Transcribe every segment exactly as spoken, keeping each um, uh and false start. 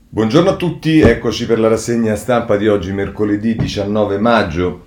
Buongiorno a tutti, eccoci per la rassegna stampa di oggi, mercoledì diciannove maggio.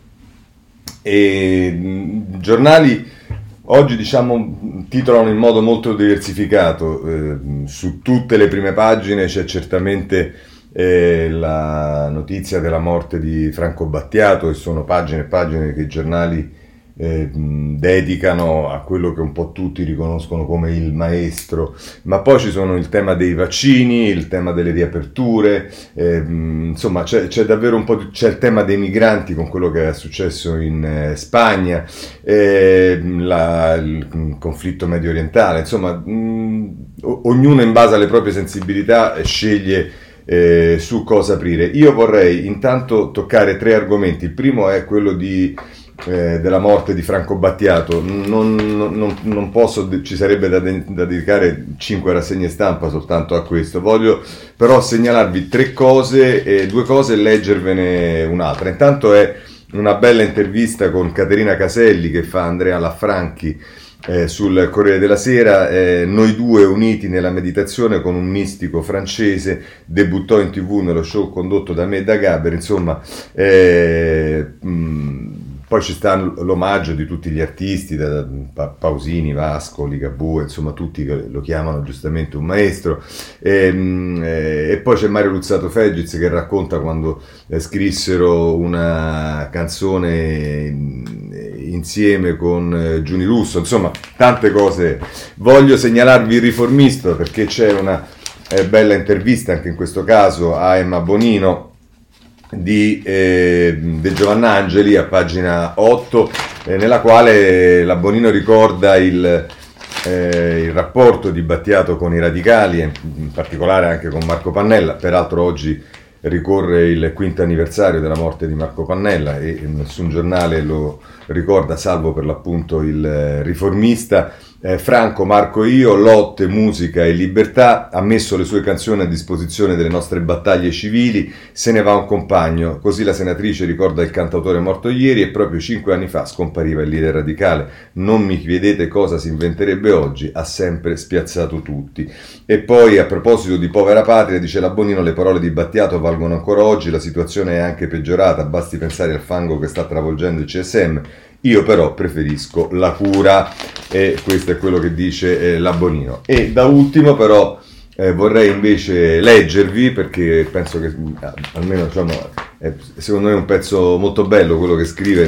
E mh, giornali oggi diciamo titolano in modo molto diversificato. Eh, su tutte le prime pagine c'è certamente eh, la notizia della morte di Franco Battiato, e sono pagine e pagine che i giornali eh, mh, dedicano a quello che un po' tutti riconoscono come il maestro. Ma poi ci sono il tema dei vaccini, il tema delle riaperture, eh, mh, insomma c'è, c'è davvero un po' di, c'è il tema dei migranti con quello che è successo in eh, Spagna, eh, la, il conflitto medio orientale, insomma mh, o- ognuno in base alle proprie sensibilità eh, sceglie eh, su cosa aprire. Io vorrei intanto toccare tre argomenti. Il primo è quello di eh, della morte di Franco Battiato. Non, non- non posso, ci sarebbe da, de- da dedicare cinque rassegne stampa soltanto a questo. Voglio però segnalarvi tre cose, e due cose e leggervene un'altra. Intanto è una bella intervista con Caterina Caselli che fa Andrea Lafranchi eh, sul Corriere della Sera. Eh, noi due uniti nella meditazione con un mistico francese, debuttò in tv nello show condotto da me e da Gaber. Insomma, eh, mh, poi ci sta l'omaggio di tutti gli artisti, da Pa- Pausini, Vasco, Ligabue, insomma tutti che lo chiamano giustamente un maestro. E, mh, eh, e poi c'è Mario Luzzato Fegiz che racconta quando eh, scrissero una canzone in- insieme con eh, Giuni Russo, insomma tante cose. Voglio segnalarvi il Riformista perché c'è una eh, bella intervista anche in questo caso a Emma Bonino di eh, De Giovannangeli a pagina otto, eh, nella quale la Bonino ricorda il, eh, il rapporto di Battiato con i radicali, e in particolare anche con Marco Pannella. Peraltro oggi ricorre il quinto anniversario della morte di Marco Pannella e nessun giornale lo ricorda, salvo per l'appunto il eh, Riformista. Eh, Franco, Marco e io, lotte, musica e libertà, ha messo le sue canzoni a disposizione delle nostre battaglie civili, se ne va un compagno, così la senatrice ricorda il cantautore morto ieri, e proprio cinque anni fa scompariva il leader radicale. Non mi chiedete cosa si inventerebbe oggi, ha sempre spiazzato tutti. E poi a proposito di povera patria, dice la Bonino, le parole di Battiato valgono ancora oggi, la situazione è anche peggiorata, basti pensare al fango che sta travolgendo il C S M. Io però preferisco la cura, e questo è quello che dice eh, la Bonino. E da ultimo però eh, vorrei invece leggervi, perché penso che ah, almeno diciamo, è, secondo me è un pezzo molto bello quello che scrive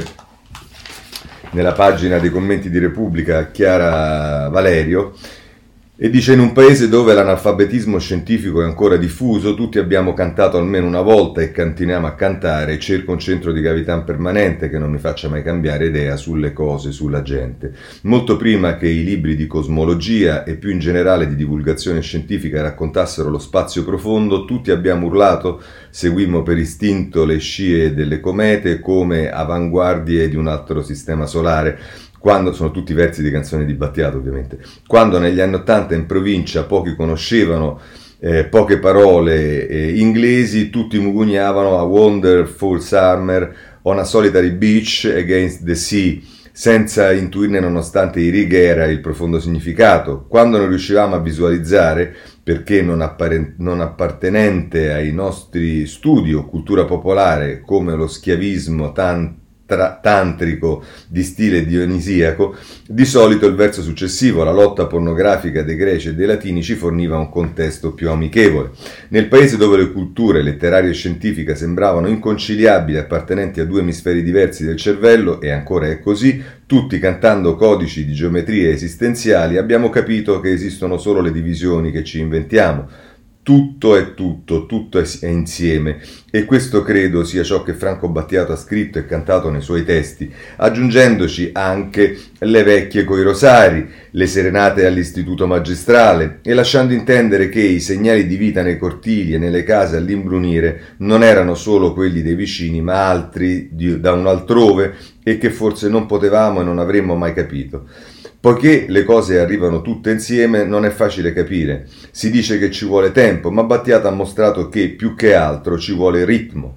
nella pagina dei commenti di Repubblica Chiara Valerio. E dice: in un paese dove l'analfabetismo scientifico è ancora diffuso, tutti abbiamo cantato almeno una volta e continuiamo a cantare, cerco un centro di gravità permanente che non mi faccia mai cambiare idea sulle cose, sulla gente. Molto prima che i libri di cosmologia e più in generale di divulgazione scientifica raccontassero lo spazio profondo, tutti abbiamo urlato, seguimmo per istinto le scie delle comete come avanguardie di un altro sistema solare. Quando, sono tutti versi di canzoni di Battiato ovviamente, quando negli anni ottanta in provincia pochi conoscevano eh, poche parole eh, inglesi, tutti mugugnavano a Wonderful Summer on a Solitary Beach Against the Sea, senza intuirne nonostante i Righiera il profondo significato. Quando non riuscivamo a visualizzare, perché non, appare- non appartenente ai nostri studi o cultura popolare, come lo schiavismo tanto Tra- tantrico di stile dionisiaco, di solito il verso successivo, la lotta pornografica dei greci e dei latini, ci forniva un contesto più amichevole. Nel paese dove le culture letteraria e scientifica sembravano inconciliabili, appartenenti a due emisferi diversi del cervello, e ancora è così, tutti cantando codici di geometrie esistenziali, abbiamo capito che esistono solo le divisioni che ci inventiamo. Tutto è tutto, tutto è insieme, e questo credo sia ciò che Franco Battiato ha scritto e cantato nei suoi testi, aggiungendoci anche le vecchie coi rosari, le serenate all'istituto magistrale, e lasciando intendere che i segnali di vita nei cortili e nelle case all'imbrunire non erano solo quelli dei vicini, ma altri di, da un altrove, e che forse non potevamo e non avremmo mai capito. Poiché le cose arrivano tutte insieme, non è facile capire. Si dice che ci vuole tempo, ma Battiato ha mostrato che, più che altro, ci vuole ritmo.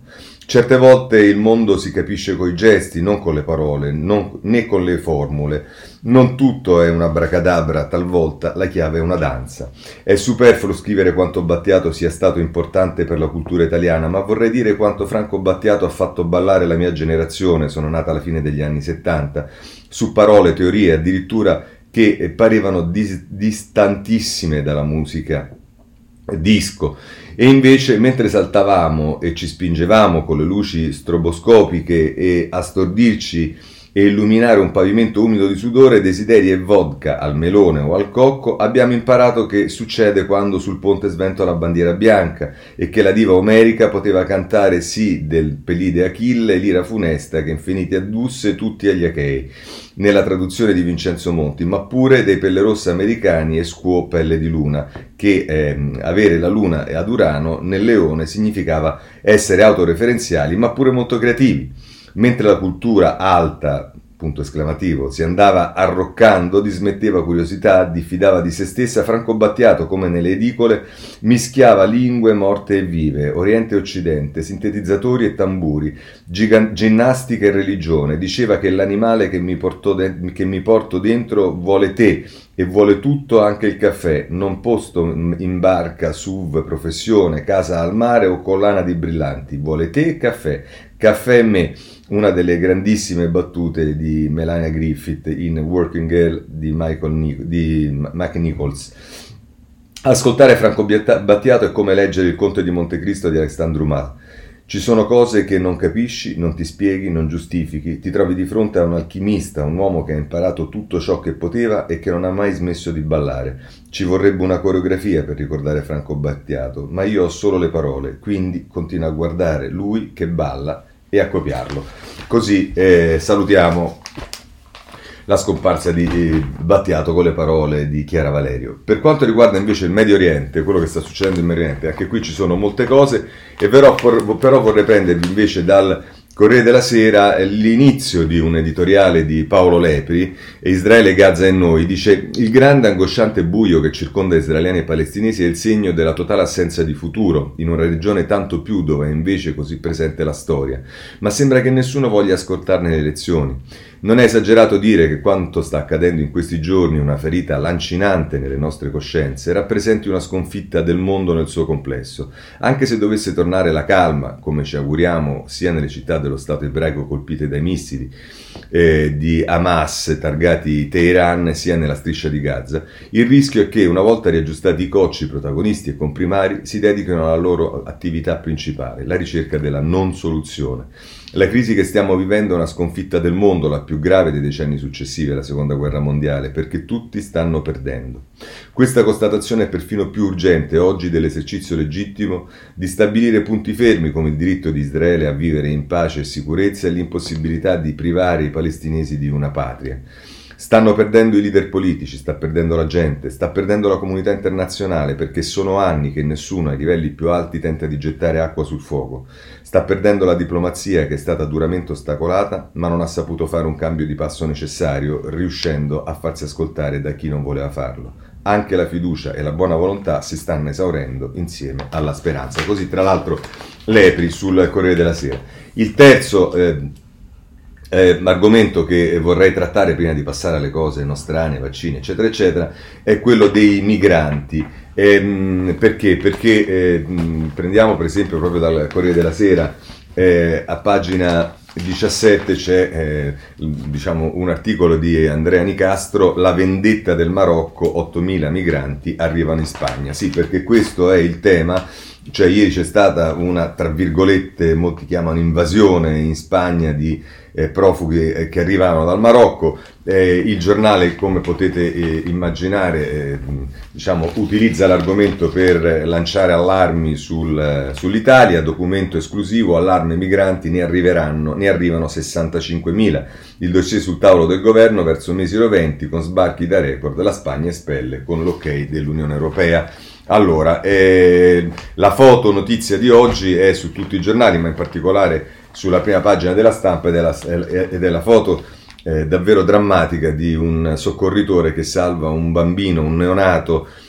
Certe volte il mondo si capisce coi gesti, non con le parole, non, né con le formule. Non tutto è un abracadabra, talvolta la chiave è una danza. È superfluo scrivere quanto Battiato sia stato importante per la cultura italiana, ma vorrei dire quanto Franco Battiato ha fatto ballare la mia generazione, sono nata alla fine degli anni settanta, su parole, teorie, addirittura che parevano dis- distantissime dalla musica disco. E invece, mentre saltavamo e ci spingevamo con le luci stroboscopiche e a stordirci e illuminare un pavimento umido di sudore, desideri e vodka al melone o al cocco, abbiamo imparato che succede quando sul ponte sventola la bandiera bianca e che la diva omerica poteva cantare sì del Pelide Achille, l'ira funesta che infiniti addusse tutti agli Achei, nella traduzione di Vincenzo Monti, ma pure dei Pelle Rossa americani e Squo Pelle di Luna, che eh, avere la luna ad Urano nel leone significava essere autoreferenziali, ma pure molto creativi. Mentre la cultura alta, punto esclamativo, si andava arroccando, dismetteva curiosità, diffidava di se stessa, Franco Battiato, come nelle edicole, mischiava lingue morte e vive, Oriente e Occidente, sintetizzatori e tamburi, giga- ginnastica e religione. Diceva che l'animale che mi, portò de- che mi porto dentro vuole te e vuole tutto, anche il caffè, non posto in barca, S U V, professione, casa al mare o collana di brillanti, vuole te e caffè, caffè e me. Una delle grandissime battute di Melania Griffith in Working Girl di, Michael Nic- di Mike Nichols. Ascoltare Franco Battiato è come leggere Il Conte di Montecristo di Alexandre Dumas. Ci sono cose che non capisci, non ti spieghi, non giustifichi, ti trovi di fronte a un alchimista, un uomo che ha imparato tutto ciò che poteva e che non ha mai smesso di ballare. Ci vorrebbe una coreografia per ricordare Franco Battiato, ma io ho solo le parole, quindi continuo a guardare lui che balla e a copiarlo. Così eh, salutiamo la scomparsa di eh, Battiato con le parole di Chiara Valerio. Per quanto riguarda invece il Medio Oriente, quello che sta succedendo in Medio Oriente, anche qui ci sono molte cose, e però, però vorrei prendervi invece dal Corriere della Sera l'inizio di un editoriale di Paolo Lepri, Israele, Gaza e noi, dice: il grande angosciante buio che circonda israeliani e palestinesi è il segno della totale assenza di futuro, in una regione tanto più dove è invece così presente la storia, ma sembra che nessuno voglia ascoltarne le lezioni. Non è esagerato dire che quanto sta accadendo in questi giorni, una ferita lancinante nelle nostre coscienze, rappresenti una sconfitta del mondo nel suo complesso. Anche se dovesse tornare la calma, come ci auguriamo, sia nelle città dello Stato ebraico colpite dai missili eh, di Hamas targati Teheran, sia nella striscia di Gaza, il rischio è che, una volta riaggiustati i cocci, protagonisti e comprimari, si dedichino alla loro attività principale, la ricerca della non soluzione. La crisi che stiamo vivendo è una sconfitta del mondo, la più grave dei decenni successivi alla Seconda Guerra Mondiale, perché tutti stanno perdendo. Questa constatazione è perfino più urgente oggi dell'esercizio legittimo di stabilire punti fermi come il diritto di Israele a vivere in pace e sicurezza e l'impossibilità di privare i palestinesi di una patria. Stanno perdendo i leader politici, sta perdendo la gente, sta perdendo la comunità internazionale, perché sono anni che nessuno ai livelli più alti tenta di gettare acqua sul fuoco. Sta perdendo la diplomazia, che è stata duramente ostacolata, ma non ha saputo fare un cambio di passo necessario, riuscendo a farsi ascoltare da chi non voleva farlo. Anche la fiducia e la buona volontà si stanno esaurendo insieme alla speranza. Così, tra l'altro, Lepri sul Corriere della Sera. Il terzo eh, Eh, argomento che vorrei trattare prima di passare alle cose nostrane, vaccini, eccetera, eccetera, è quello dei migranti. Eh, perché? Perché eh, prendiamo per esempio proprio dal Corriere della Sera, eh, a pagina diciassette c'è eh, diciamo un articolo di Andrea Nicastro, la vendetta del Marocco, ottomila migranti arrivano in Spagna. Sì, perché questo è il tema. Cioè, ieri c'è stata una, tra virgolette, molti chiamano invasione in Spagna di eh, profughi eh, che arrivavano dal Marocco. Eh, il giornale, come potete eh, immaginare, eh, diciamo, utilizza l'argomento per lanciare allarmi sul, eh, sull'Italia. Documento esclusivo: allarme migranti, ne arriveranno, ne arrivano sessantacinquemila. Il dossier sul tavolo del governo verso mesi roventi, con sbarchi da record. La Spagna espelle con l'ok dell'Unione Europea. Allora, eh, la foto notizia di oggi è su tutti i giornali, ma in particolare sulla prima pagina della Stampa, ed è la, ed è la foto eh, davvero drammatica di un soccorritore che salva un bambino, un neonato,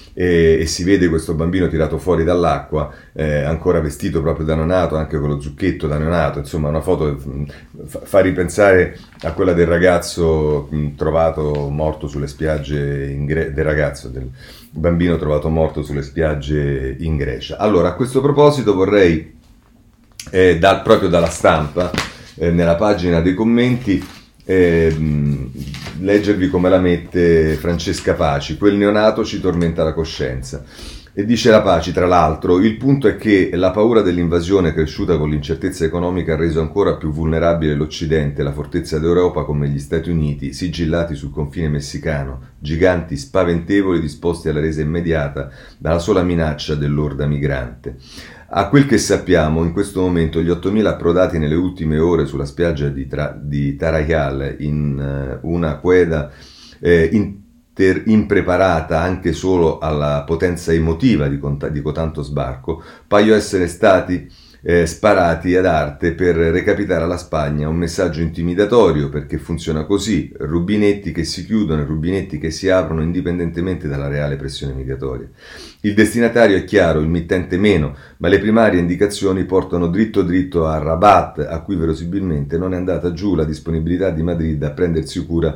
e, e si vede questo bambino tirato fuori dall'acqua, eh, ancora vestito proprio da neonato, anche con lo zucchetto da neonato, insomma una foto mh, fa, fa ripensare a quella del ragazzo mh, trovato morto sulle spiagge, in Gre- del ragazzo, del bambino trovato morto sulle spiagge in Grecia. Allora, a questo proposito vorrei, eh, dal, proprio dalla Stampa, eh, nella pagina dei commenti, Eh, leggervi come la mette Francesca Paci: quel neonato ci tormenta la coscienza. E dice la Paci, tra l'altro, il punto è che la paura dell'invasione cresciuta con l'incertezza economica ha reso ancora più vulnerabile l'Occidente, la fortezza d'Europa come gli Stati Uniti, sigillati sul confine messicano, giganti spaventevoli disposti alla resa immediata dalla sola minaccia dell'orda migrante. A quel che sappiamo, in questo momento gli ottomila approdati nelle ultime ore sulla spiaggia di, Tra- di Tarajal, in uh, una queda eh, inter- impreparata anche solo alla potenza emotiva di, cont- di cotanto sbarco, paiono essere stati eh, sparati ad arte per recapitare alla Spagna un messaggio intimidatorio, perché funziona così: rubinetti che si chiudono e rubinetti che si aprono indipendentemente dalla reale pressione migratoria. Il destinatario è chiaro, il mittente meno, ma le primarie indicazioni portano dritto dritto a Rabat, a cui verosimilmente non è andata giù la disponibilità di Madrid a prendersi cura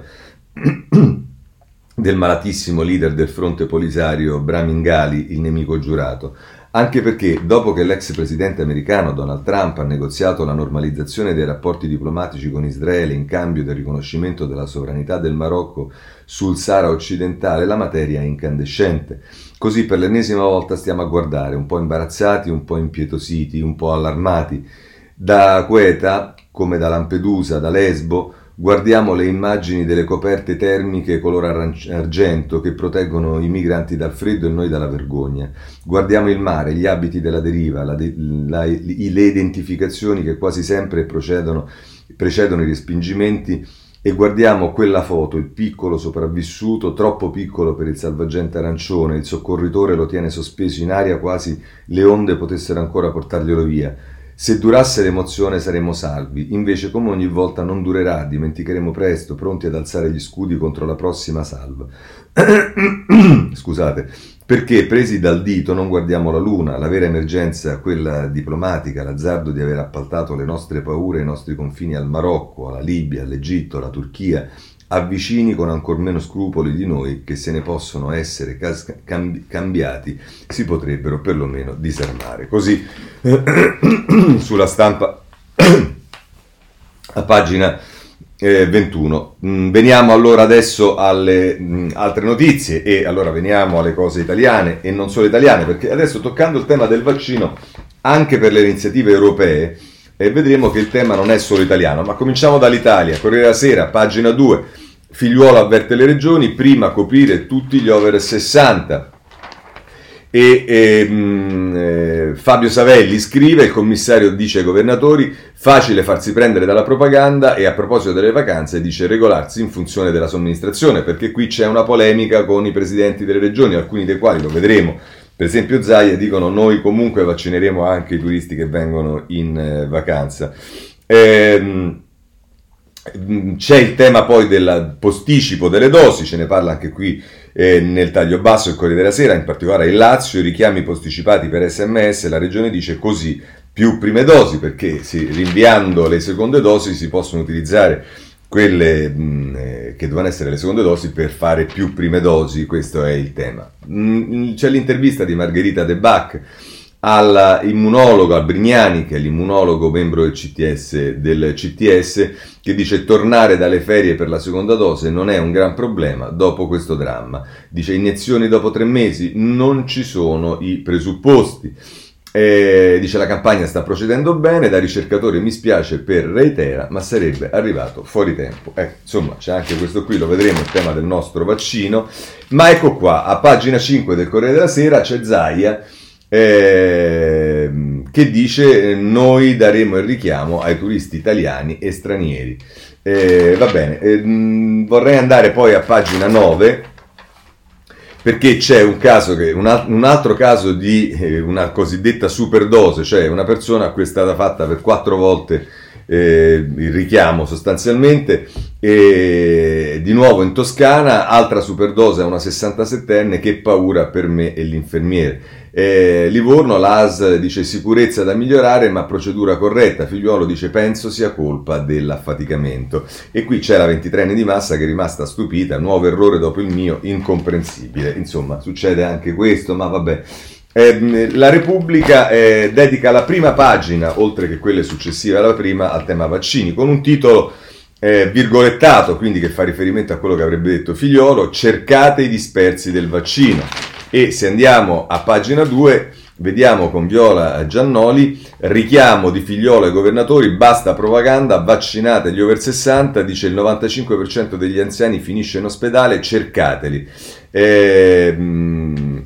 del malatissimo leader del fronte polisario Brahim Ghali, il nemico giurato. Anche perché, dopo che l'ex presidente americano Donald Trump ha negoziato la normalizzazione dei rapporti diplomatici con Israele in cambio del riconoscimento della sovranità del Marocco sul Sahara occidentale, la materia è incandescente. Così per l'ennesima volta stiamo a guardare, un po' imbarazzati, un po' impietositi, un po' allarmati. Da Queta, come da Lampedusa, da Lesbo, guardiamo le immagini delle coperte termiche color argento che proteggono i migranti dal freddo e noi dalla vergogna. Guardiamo il mare, gli abiti della deriva, la de- la, le identificazioni che quasi sempre procedono, precedono i respingimenti, e guardiamo quella foto, il piccolo sopravvissuto, troppo piccolo per il salvagente arancione, il soccorritore lo tiene sospeso in aria, quasi le onde potessero ancora portarglielo via. Se durasse l'emozione saremmo salvi, invece come ogni volta non durerà, dimenticheremo presto, pronti ad alzare gli scudi contro la prossima salva. Scusate, perché presi dal dito non guardiamo la luna, la vera emergenza, quella diplomatica, l'azzardo di aver appaltato le nostre paure ai nostri confini al Marocco, alla Libia, all'Egitto, alla Turchia, a vicini con ancor meno scrupoli di noi che se ne possono essere cas- cambi- cambiati si potrebbero perlomeno disarmare. Così sulla Stampa a pagina eh, ventuno. Mm, veniamo allora adesso alle mh, altre notizie, e allora veniamo alle cose italiane e non solo italiane, perché adesso, toccando il tema del vaccino anche per le iniziative europee, e vedremo che il tema non è solo italiano, ma cominciamo dall'Italia. Corriere della Sera, pagina due. Figliuolo avverte le regioni, prima coprire tutti gli over sessanta. E, e mh, eh, Fabio Savelli scrive: il commissario dice ai governatori facile farsi prendere dalla propaganda, e a proposito delle vacanze dice regolarsi in funzione della somministrazione, perché qui c'è una polemica con i presidenti delle regioni, alcuni dei quali, lo vedremo, per esempio Zaia, dicono noi comunque vaccineremo anche i turisti che vengono in eh, vacanza. Ehm, C'è il tema poi del posticipo delle dosi, ce ne parla anche qui eh, nel taglio basso il Corriere della Sera, in particolare il Lazio, richiami posticipati per sms, la regione dice così più prime dosi, perché sì, rinviando le seconde dosi si possono utilizzare quelle mh, eh, che dovevano essere le seconde dosi per fare più prime dosi, questo è il tema. Mh, c'è l'intervista di Margherita De Bach all'immunologo, al Brignani, che è l'immunologo membro del C T S, del C T S, che dice tornare dalle ferie per la seconda dose non è un gran problema dopo questo dramma. Dice iniezioni dopo tre mesi, non ci sono i presupposti. Eh, dice la campagna sta procedendo bene, da ricercatore mi spiace per Reitera, ma sarebbe arrivato fuori tempo. Eh, insomma, c'è anche questo qui, lo vedremo, il tema del nostro vaccino. Ma ecco qua, a pagina cinque del Corriere della Sera c'è Zaia, Eh, che dice noi daremo il richiamo ai turisti italiani e stranieri. Eh, va bene, eh, mh, vorrei andare poi a pagina nove, perché c'è un caso che, un, al- un altro caso di eh, una cosiddetta superdose, cioè una persona a cui è stata fatta per quattro volte eh, il richiamo sostanzialmente. E di nuovo in Toscana, altra superdose a una sessantasettenne, che paura per me e l'infermiere. Eh, Livorno, l'A S L dice sicurezza da migliorare ma procedura corretta. Figliuolo dice penso sia colpa dell'affaticamento. E qui c'è la ventitreenne di Massa che è rimasta stupita, nuovo errore dopo il mio, incomprensibile. Insomma, succede anche questo, ma vabbè. Eh, la Repubblica eh, dedica la prima pagina, oltre che quelle successive alla prima, al tema vaccini, con un titolo eh, virgolettato, quindi che fa riferimento a quello che avrebbe detto Figliuolo: cercate i dispersi del vaccino. E se andiamo a pagina due, vediamo con Viola Giannoli, richiamo di Figliuolo ai governatori, basta propaganda, vaccinate gli over sessanta, dice il novantacinque per cento degli anziani finisce in ospedale, cercateli. Eh, mh,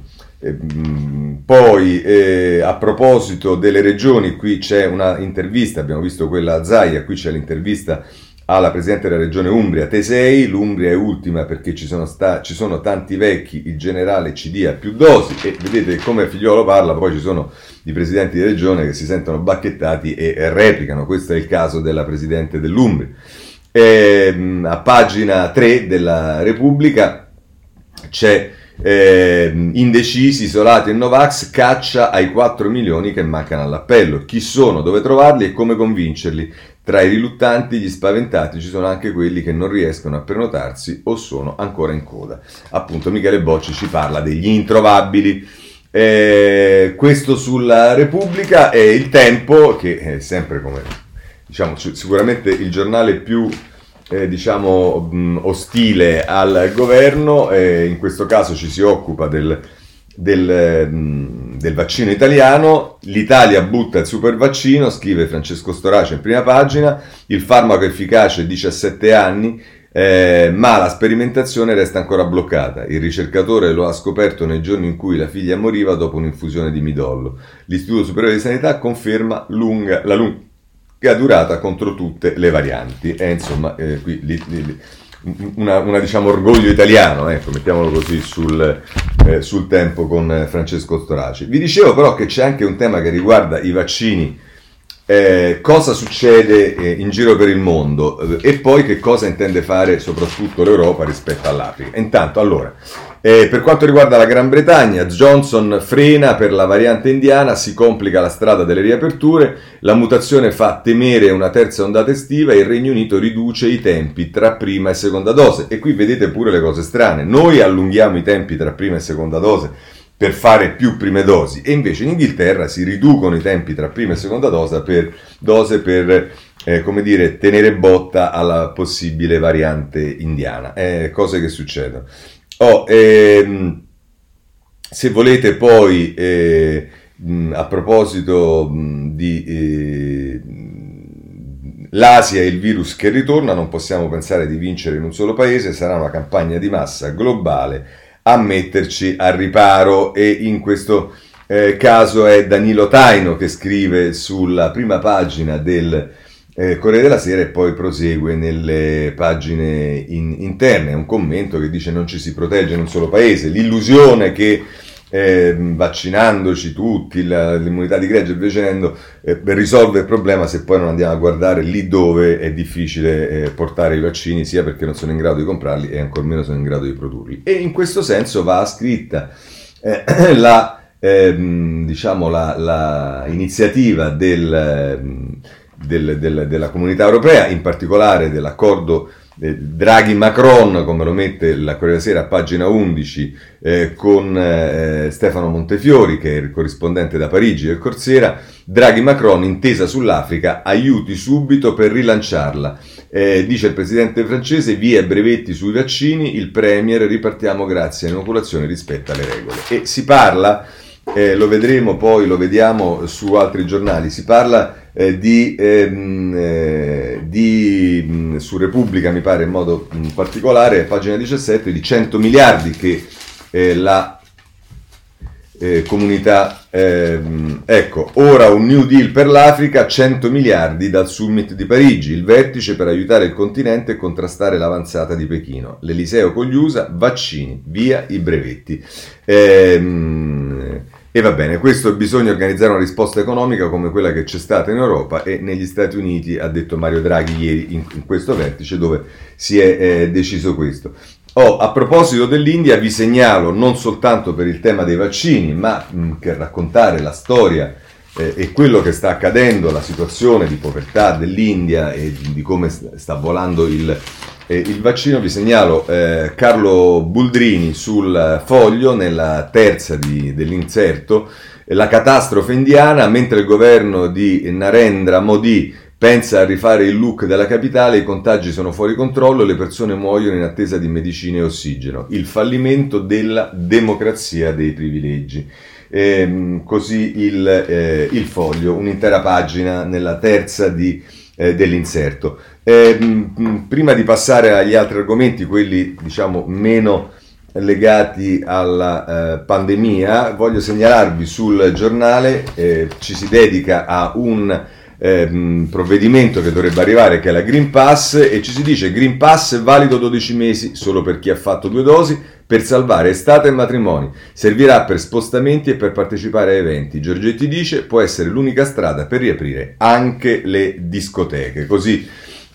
Poi eh, a proposito delle regioni, qui c'è una intervista, abbiamo visto quella a Zaia, qui c'è l'intervista alla Presidente della Regione Umbria, Tesei. L'Umbria è ultima perché ci sono, sta- ci sono tanti vecchi, il generale ci dia più dosi, e vedete come Figliuolo parla, poi ci sono i presidenti di regione che si sentono bacchettati e, e replicano. Questo è il caso della Presidente dell'Umbria. E, a pagina tre della Repubblica c'è Eh, indecisi, isolati e Novax, caccia ai quattro milioni che mancano all'appello. Chi sono, dove trovarli e come convincerli? Tra i riluttanti, gli spaventati, ci sono anche quelli che non riescono a prenotarsi o sono ancora in coda. Appunto, Michele Bocci ci parla degli introvabili. Eh, questo sulla Repubblica. E Il Tempo, che è sempre come, diciamo, sicuramente il giornale più Eh, diciamo mh, ostile al governo, eh, in questo caso ci si occupa del, del, mh, del vaccino italiano. L'Italia butta il super vaccino, scrive Francesco Storace in prima pagina, il farmaco efficace diciassette anni, eh, ma la sperimentazione resta ancora bloccata. Il ricercatore lo ha scoperto nei giorni in cui la figlia moriva dopo un'infusione di midollo. L'Istituto Superiore di Sanità conferma lunga, la lunga che ha durata contro tutte le varianti. E insomma, eh, qui li, li, una, una diciamo orgoglio italiano, ecco, mettiamolo così, sul, eh, sul Tempo con Francesco Storaci. Vi dicevo però che c'è anche un tema che riguarda i vaccini, eh, cosa succede eh, in giro per il mondo, eh, e poi che cosa intende fare soprattutto l'Europa rispetto all'Africa. Intanto, allora, Eh, per quanto riguarda la Gran Bretagna, Johnson frena per la variante indiana, si complica la strada delle riaperture, la mutazione fa temere una terza ondata estiva e il Regno Unito riduce i tempi tra prima e seconda dose. E qui vedete pure le cose strane, noi allunghiamo i tempi tra prima e seconda dose per fare più prime dosi, e invece in Inghilterra si riducono i tempi tra prima e seconda dose per, dose per eh, come dire, tenere botta alla possibile variante indiana. Eh, cose che succedono. Oh, ehm, se volete poi, eh, mh, a proposito mh, di eh, l'Asia e il virus che ritorna, non possiamo pensare di vincere in un solo paese, sarà una campagna di massa globale a metterci al riparo. E in questo eh, caso è Danilo Taino che scrive sulla prima pagina del Eh, Corriere della Sera e poi prosegue nelle pagine in, interne. È un commento che dice: non ci si protegge in un solo paese, l'illusione che eh, vaccinandoci tutti, la, l'immunità di gregge e via dicendo eh, risolve il problema, se poi non andiamo a guardare lì dove è difficile eh, portare i vaccini, sia perché non sono in grado di comprarli e ancor meno sono in grado di produrli. E in questo senso va scritta eh, la, eh, diciamo la, la iniziativa del eh, Del, del, della comunità europea, in particolare dell'accordo eh, Draghi-Macron, come lo mette la Corriere della Sera a pagina undici, eh, con eh, Stefano Montefiori, che è il corrispondente da Parigi del Corsera. Draghi-Macron, intesa sull'Africa, aiuti subito per rilanciarla. Eh, dice il presidente francese, via brevetti sui vaccini, il premier, ripartiamo grazie all'inoculazione, rispetta le regole. E si parla, eh, lo vedremo poi, lo vediamo su altri giornali, si parla Eh, di, ehm, eh, di mh, su Repubblica mi pare in modo mh, particolare, pagina diciassette, di cento miliardi che eh, la eh, comunità ehm, ecco, ora un New Deal per l'Africa, cento miliardi dal summit di Parigi, il vertice per aiutare il continente e contrastare l'avanzata di Pechino, l'Eliseo con gli U S A, vaccini, via i brevetti. ehm, E va bene, questo bisogna organizzare una risposta economica come quella che c'è stata in Europa e negli Stati Uniti, ha detto Mario Draghi ieri in, in questo vertice dove si è eh, deciso questo. Oh, a proposito dell'India vi segnalo, non soltanto per il tema dei vaccini, ma mh, per raccontare la storia eh, e quello che sta accadendo, la situazione di povertà dell'India e di, di come sta volando il, eh, il vaccino, vi segnalo eh, Carlo Buldrini sul Foglio, nella terza di, dell'inserto, la catastrofe indiana, mentre il governo di Narendra Modi pensa a rifare il look della capitale, i contagi sono fuori controllo, le persone muoiono in attesa di medicine e ossigeno. Il fallimento della democrazia dei privilegi. Eh, così il, eh, il Foglio, un'intera pagina nella terza di, eh, dell'inserto. Eh, mh, prima di passare agli altri argomenti, quelli diciamo meno legati alla eh, pandemia, voglio segnalarvi sul giornale, eh, ci si dedica a un Eh, provvedimento che dovrebbe arrivare, che è la Green Pass, e ci si dice Green Pass valido dodici mesi solo per chi ha fatto due dosi, per salvare estate e matrimoni, servirà per spostamenti e per partecipare a eventi. Giorgetti dice può essere l'unica strada per riaprire anche le discoteche, così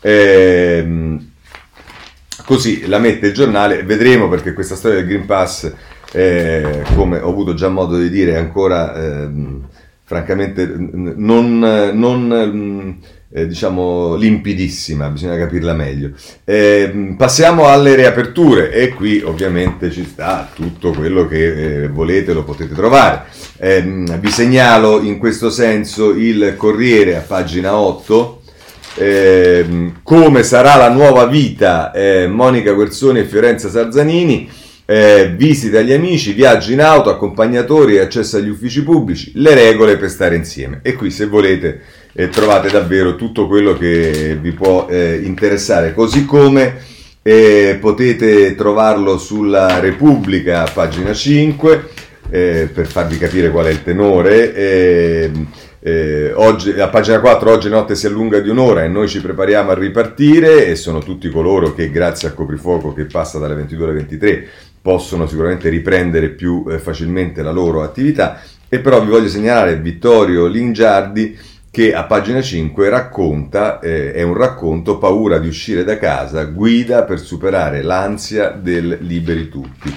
ehm, così la mette il giornale. Vedremo, perché questa storia del Green Pass eh, come ho avuto già modo di dire è ancora ehm, francamente non, non eh, diciamo limpidissima, bisogna capirla meglio. Eh, passiamo alle riaperture e qui ovviamente ci sta tutto quello che eh, volete, lo potete trovare. Eh, vi segnalo in questo senso il Corriere a pagina otto, eh, come sarà la nuova vita, eh, Monica Guerzoni e Fiorenza Sarzanini. Eh, visite agli amici, viaggi in auto, accompagnatori e accesso agli uffici pubblici, le regole per stare insieme. E qui, se volete, eh, trovate davvero tutto quello che vi può eh, interessare, così come eh, potete trovarlo sulla Repubblica, pagina cinque, eh, per farvi capire qual è il tenore. Eh, eh, oggi, a pagina quattro, oggi notte si allunga di un'ora e noi ci prepariamo a ripartire, e sono tutti coloro che grazie al coprifuoco che passa dalle ventidue alle ventitré possono sicuramente riprendere più eh, facilmente la loro attività. E però vi voglio segnalare Vittorio Lingiardi, che a pagina cinque racconta, eh, è un racconto, paura di uscire da casa, guida per superare l'ansia del liberi tutti.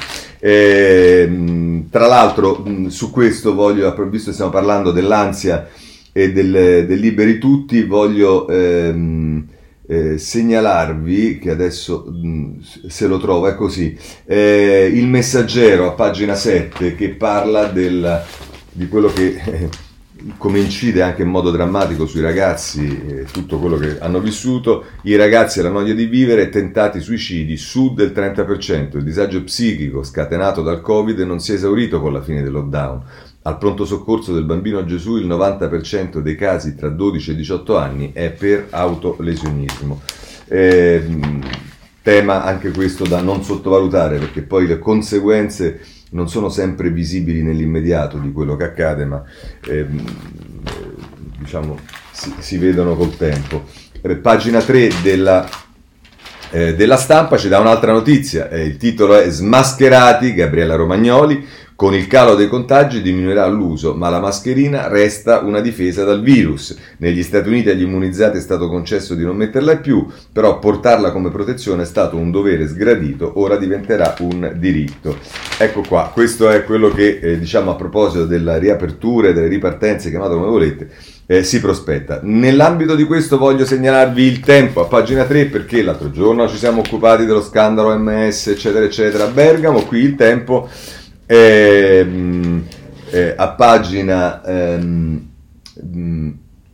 Eh, tra l'altro mh, su questo voglio, visto che stiamo parlando dell'ansia e del, del liberi tutti, voglio ehm, Eh, segnalarvi che adesso mh, se lo trovo, è così, eh, il Messaggero a pagina sette, che parla del, di quello che eh, come incide anche in modo drammatico sui ragazzi, eh, tutto quello che hanno vissuto. I ragazzi e la noia di vivere, tentati suicidi su del trenta per cento, il disagio psichico scatenato dal Covid non si è esaurito con la fine del lockdown. Al pronto soccorso del Bambino Gesù il novanta per cento dei casi tra dodici e diciotto anni è per autolesionismo. Eh, tema anche questo da non sottovalutare, perché poi le conseguenze non sono sempre visibili nell'immediato di quello che accade, ma ehm, diciamo si, si vedono col tempo. Eh, pagina tre della, eh, della Stampa ci dà un'altra notizia, eh, il titolo è Smascherati, Gabriella Romagnoli. Con il calo dei contagi diminuirà l'uso, ma la mascherina resta una difesa dal virus. Negli Stati Uniti agli immunizzati è stato concesso di non metterla più, però portarla come protezione è stato un dovere sgradito, ora diventerà un diritto. Ecco qua, questo è quello che, eh, diciamo, a proposito della riapertura e delle ripartenze, chiamate come volete, eh, si prospetta. Nell'ambito di questo voglio segnalarvi Il Tempo a pagina tre, perché l'altro giorno ci siamo occupati dello scandalo O M S, eccetera, eccetera, a Bergamo. Qui Il Tempo Eh, eh, a pagina ehm, mh,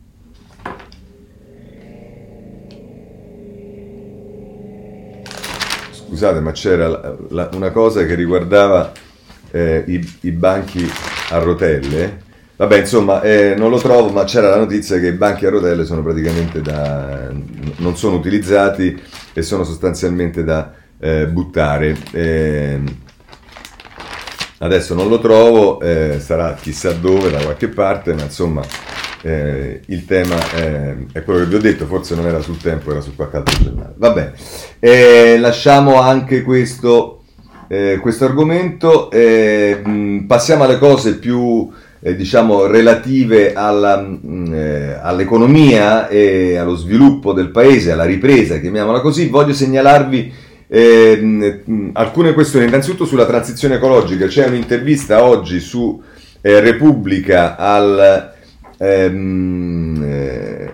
scusate, ma c'era la, la, una cosa che riguardava eh, i, i banchi a rotelle. Vabbè, insomma, eh, non lo trovo, ma c'era la notizia che i banchi a rotelle sono praticamente da non sono utilizzati e sono sostanzialmente da eh, buttare. Eh, Adesso non lo trovo, eh, sarà chissà dove, da qualche parte, ma insomma eh, il tema è, è quello che vi ho detto, forse non era sul Tempo, era su qualche altro giornale. Vabbè, eh, lasciamo anche questo eh, questo argomento. Eh, mh, passiamo alle cose più eh, diciamo relative alla, mh, eh, all'economia e allo sviluppo del paese, alla ripresa, chiamiamola così. Voglio segnalarvi eh, mh, alcune questioni. Innanzitutto sulla transizione ecologica. C'è un'intervista oggi su eh, Repubblica al ehm, eh,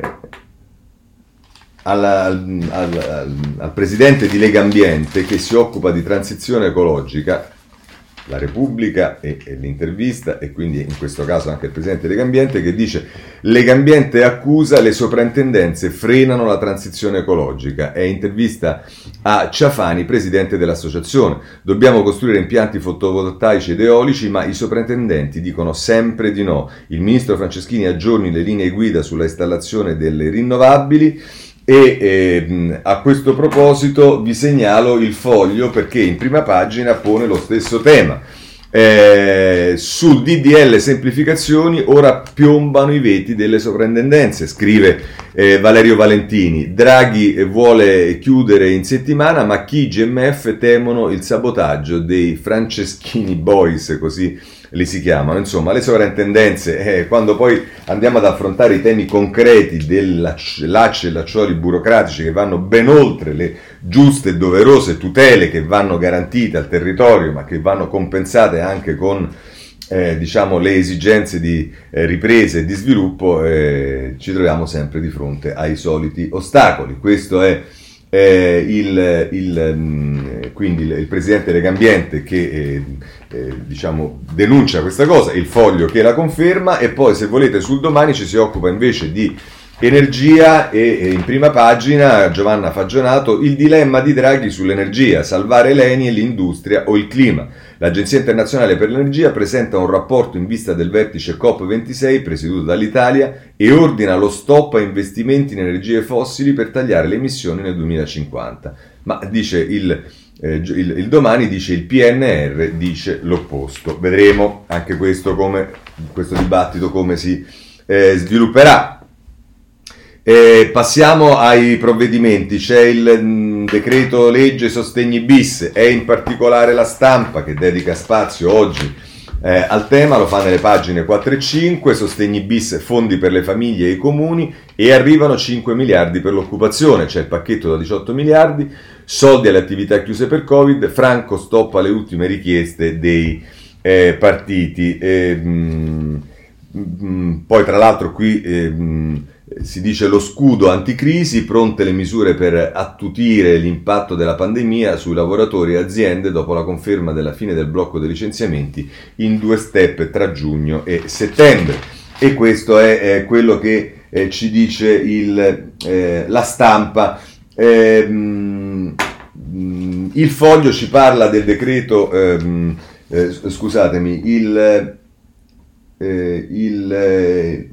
Al, al, al, al presidente di Lega Ambiente che si occupa di transizione ecologica, la Repubblica e, e l'intervista, e quindi in questo caso anche il presidente di Lega Ambiente, che dice: Lega Ambiente accusa le soprintendenze frenano la transizione ecologica. È intervista a Ciafani, presidente dell'associazione. Dobbiamo costruire impianti fotovoltaici ed eolici, ma i soprintendenti dicono sempre di no. Il ministro Franceschini aggiorni le linee guida sulla installazione delle rinnovabili. E eh, a questo proposito vi segnalo il Foglio, perché in prima pagina pone lo stesso tema. Eh, sul D D L semplificazioni ora piombano i veti delle soprintendenze, scrive eh, Valerio Valentini. Draghi vuole chiudere in settimana, ma chi G M F temono il sabotaggio dei Franceschini Boys, così li si chiamano. Insomma, le sovrintendenze, eh, quando poi andiamo ad affrontare i temi concreti dei lacci e lacciuoli burocratici che vanno ben oltre le giuste e doverose tutele che vanno garantite al territorio, ma che vanno compensate anche con eh, diciamo le esigenze di eh, ripresa e di sviluppo, eh, ci troviamo sempre di fronte ai soliti ostacoli. Questo è Eh, il, il, mh, quindi il, il presidente Lega Ambiente che eh, eh, diciamo denuncia questa cosa, il Foglio che la conferma, e poi, se volete, sul Domani ci si occupa invece di energia e, e in prima pagina Giovanna Fagionato: il dilemma di Draghi sull'energia, salvare l'Eni e l'industria o il clima. L'Agenzia Internazionale per l'Energia presenta un rapporto in vista del vertice COP ventisei presieduto dall'Italia e ordina lo stop a investimenti in energie fossili per tagliare le emissioni nel duemilacinquanta. Ma dice il, eh, il, il Domani, dice il P N R dice l'opposto. Vedremo anche questo, come, questo dibattito come si eh, svilupperà. Eh, passiamo ai provvedimenti. C'è il mh, decreto legge sostegni bis, è in particolare La Stampa che dedica spazio oggi eh, al tema, lo fa nelle pagine quattro e cinque. Sostegni bis, fondi per le famiglie e i comuni, e arrivano cinque miliardi per l'occupazione. C'è il pacchetto da diciotto miliardi, soldi alle attività chiuse per Covid. Franco stoppa le ultime richieste dei eh, partiti. E, mh, mh, poi tra l'altro qui eh, mh, si dice lo scudo anticrisi, pronte le misure per attutire l'impatto della pandemia sui lavoratori e aziende dopo la conferma della fine del blocco dei licenziamenti in due step tra giugno e settembre. E questo è, è quello che eh, ci dice il, eh, La Stampa. Eh, mh, il Foglio ci parla del decreto, ehm, eh, scusatemi, il... Eh, il eh,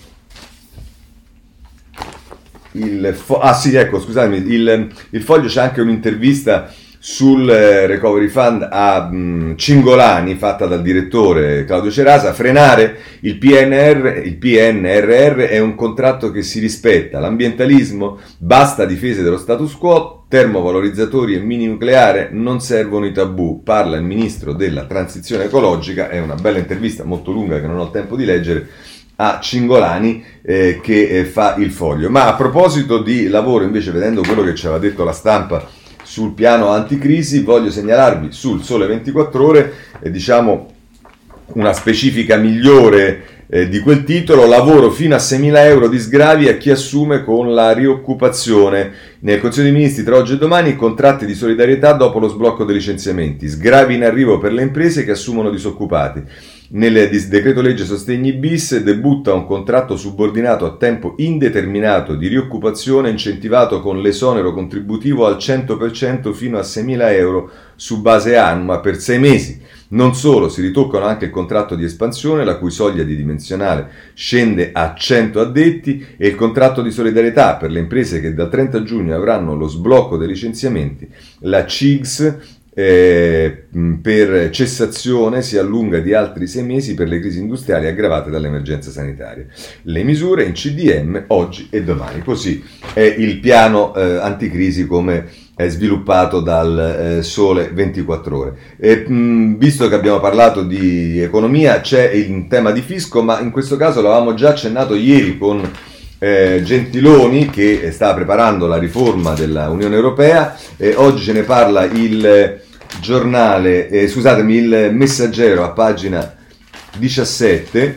Il fo- ah sì, ecco, scusatemi, il, il Foglio c'è anche un'intervista sul eh, Recovery Fund a mh, Cingolani, fatta dal direttore Claudio Cerasa. Frenare il P N R, il P N R R è un contratto che si rispetta, l'ambientalismo, basta difese dello status quo, termovalorizzatori e mini nucleare, non servono i tabù, parla il ministro della transizione ecologica. È una bella intervista, molto lunga, che non ho tempo di leggere, a Cingolani eh, che eh, fa il Foglio. Ma a proposito di lavoro, invece, vedendo quello che ci aveva detto La Stampa sul piano anticrisi, voglio segnalarvi sul Sole ventiquattro Ore eh, diciamo una specifica migliore eh, di quel titolo: lavoro fino a seimila euro di sgravi a chi assume con la rioccupazione. Nel Consiglio dei Ministri tra oggi e domani contratti di solidarietà dopo lo sblocco dei licenziamenti, sgravi in arrivo per le imprese che assumono disoccupati. Nel decreto legge sostegni bis debutta un contratto subordinato a tempo indeterminato di rioccupazione incentivato con l'esonero contributivo al cento per cento fino a seimila euro su base annua per sei mesi. Non solo, si ritoccano anche il contratto di espansione, la cui soglia di dimensionale scende a cento addetti, e il contratto di solidarietà per le imprese che dal trenta giugno avranno lo sblocco dei licenziamenti. La C I G S eh, per cessazione si allunga di altri sei mesi per le crisi industriali aggravate dall'emergenza sanitaria. Le misure in C D M oggi e domani. Così è il piano eh, anticrisi come è sviluppato dal eh, Sole ventiquattro Ore. E, mh, visto che abbiamo parlato di economia, c'è il tema di fisco, ma in questo caso l'avevamo già accennato ieri con eh, Gentiloni, che stava preparando la riforma dell'Unione Europea, e oggi ce ne parla il giornale, eh, scusatemi, il Messaggero a pagina diciassette,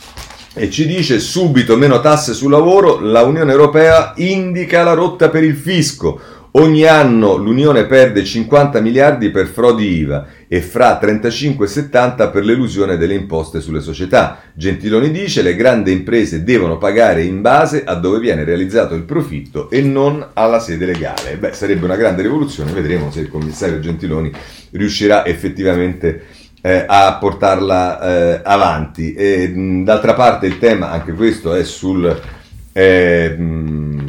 e ci dice: subito meno tasse sul lavoro, la Unione Europea indica la rotta per il fisco. Ogni anno l'Unione perde cinquanta miliardi per frodi I V A e fra trentacinque e settanta per l'elusione delle imposte sulle società. Gentiloni dice: le grandi imprese devono pagare in base a dove viene realizzato il profitto e non alla sede legale. Beh, sarebbe una grande rivoluzione, vedremo se il commissario Gentiloni riuscirà effettivamente eh, a portarla eh, avanti. E, mh, d'altra parte il tema, anche questo, è sul... Eh, mh,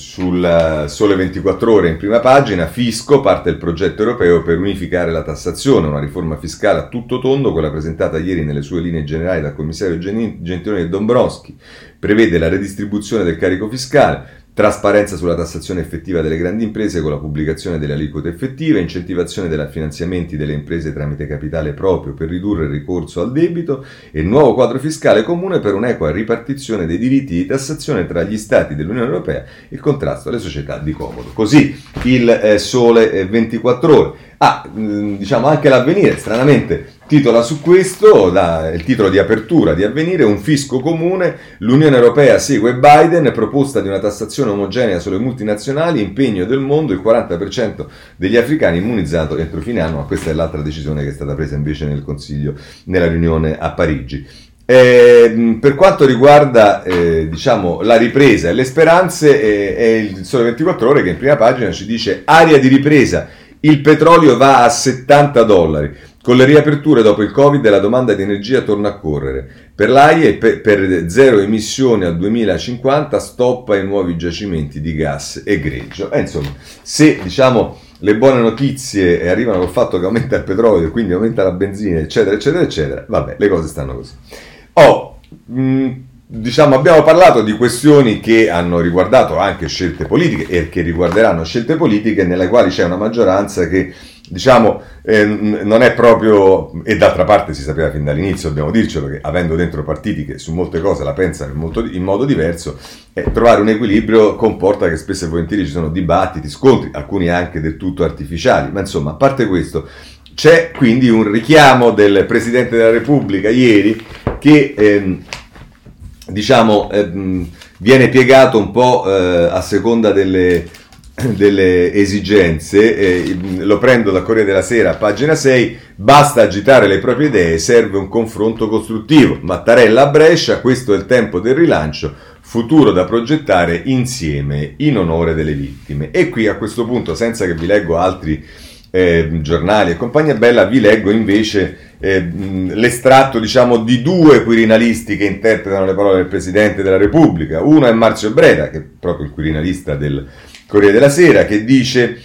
sul Sole ventiquattro Ore in prima pagina. Fisco, parte il progetto europeo per unificare la tassazione, una riforma fiscale a tutto tondo, quella presentata ieri nelle sue linee generali dal commissario Gentiloni e Dombrovskis, prevede la redistribuzione del carico fiscale, trasparenza sulla tassazione effettiva delle grandi imprese con la pubblicazione delle aliquote effettive, incentivazione dei finanziamenti delle imprese tramite capitale proprio per ridurre il ricorso al debito e nuovo quadro fiscale comune per un'equa ripartizione dei diritti di tassazione tra gli stati dell'Unione Europea e il contrasto alle società di comodo. Così il eh, Sole ventiquattro Ore. Ah, mh, diciamo anche l'Avvenire, stranamente, titola su questo, da, il titolo di apertura di Avvenire: un fisco comune, l'Unione Europea segue Biden, proposta di una tassazione omogenea sulle multinazionali, impegno del mondo, il quaranta per cento degli africani immunizzato entro fine anno, ma questa è l'altra decisione che è stata presa invece nel Consiglio, nella riunione a Parigi. Eh, per quanto riguarda eh, diciamo la ripresa e le speranze, eh, è il Sole ventiquattro Ore che in prima pagina ci dice: aria di ripresa, il petrolio va a settanta dollari. Con le riaperture dopo il Covid la domanda di energia torna a correre. Per l'A I E per, per zero emissioni al duemilacinquanta, stoppa i nuovi giacimenti di gas e greggio. E insomma, se diciamo le buone notizie arrivano col fatto che aumenta il petrolio, quindi aumenta la benzina, eccetera, eccetera, eccetera, vabbè, le cose stanno così. Oh, mh, diciamo, abbiamo parlato di questioni che hanno riguardato anche scelte politiche e che riguarderanno scelte politiche nelle quali c'è una maggioranza che, diciamo, eh, non è proprio, e d'altra parte si sapeva fin dall'inizio, dobbiamo dircelo, che avendo dentro partiti che su molte cose la pensano in, molto, in modo diverso, eh, trovare un equilibrio comporta che spesso e volentieri ci sono dibattiti, scontri, alcuni anche del tutto artificiali, ma insomma, a parte questo, c'è quindi un richiamo del Presidente della Repubblica ieri che ehm, diciamo ehm, viene piegato un po' eh, a seconda delle delle esigenze, eh, lo prendo da Corriere della Sera, pagina sei: basta agitare le proprie idee, serve un confronto costruttivo. Mattarella a Brescia, questo è il tempo del rilancio, futuro da progettare insieme in onore delle vittime. E qui a questo punto, senza che vi leggo altri eh, giornali e compagnia bella, vi leggo invece eh, l'estratto, diciamo, di due quirinalisti che interpretano le parole del Presidente della Repubblica. Uno è Marzio Breda, che è proprio il quirinalista del Corriere della Sera, che dice: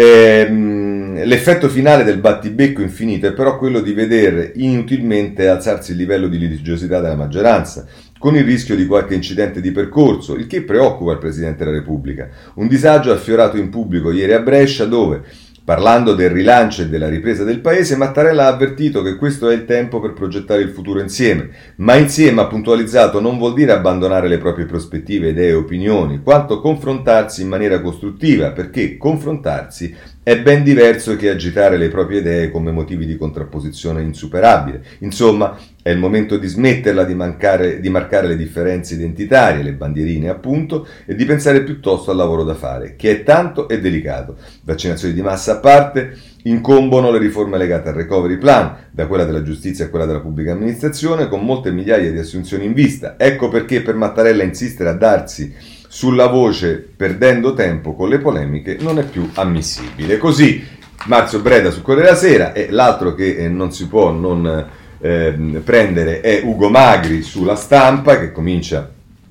ehm, l'effetto finale del battibecco infinito è però quello di vedere inutilmente alzarsi il livello di litigiosità della maggioranza, con il rischio di qualche incidente di percorso, il che preoccupa il Presidente della Repubblica. Un disagio affiorato in pubblico ieri a Brescia, dove, parlando del rilancio e della ripresa del Paese, Mattarella ha avvertito che questo è il tempo per progettare il futuro insieme, ma insieme, ha puntualizzato, non vuol dire abbandonare le proprie prospettive, idee e opinioni, quanto confrontarsi in maniera costruttiva, perché confrontarsi è ben diverso che agitare le proprie idee come motivi di contrapposizione insuperabile. Insomma, è il momento di smetterla di, mancare, di marcare le differenze identitarie, le bandierine appunto, e di pensare piuttosto al lavoro da fare, che è tanto e delicato. Vaccinazioni di massa a parte, incombono le riforme legate al recovery plan, da quella della giustizia a quella della pubblica amministrazione, con molte migliaia di assunzioni in vista. Ecco perché per Mattarella insistere a darsi sulla voce perdendo tempo con le polemiche non è più ammissibile. Così Marzio Breda su Corriere della Sera, e l'altro che eh, non si può non eh, prendere è Ugo Magri sulla Stampa, che comincia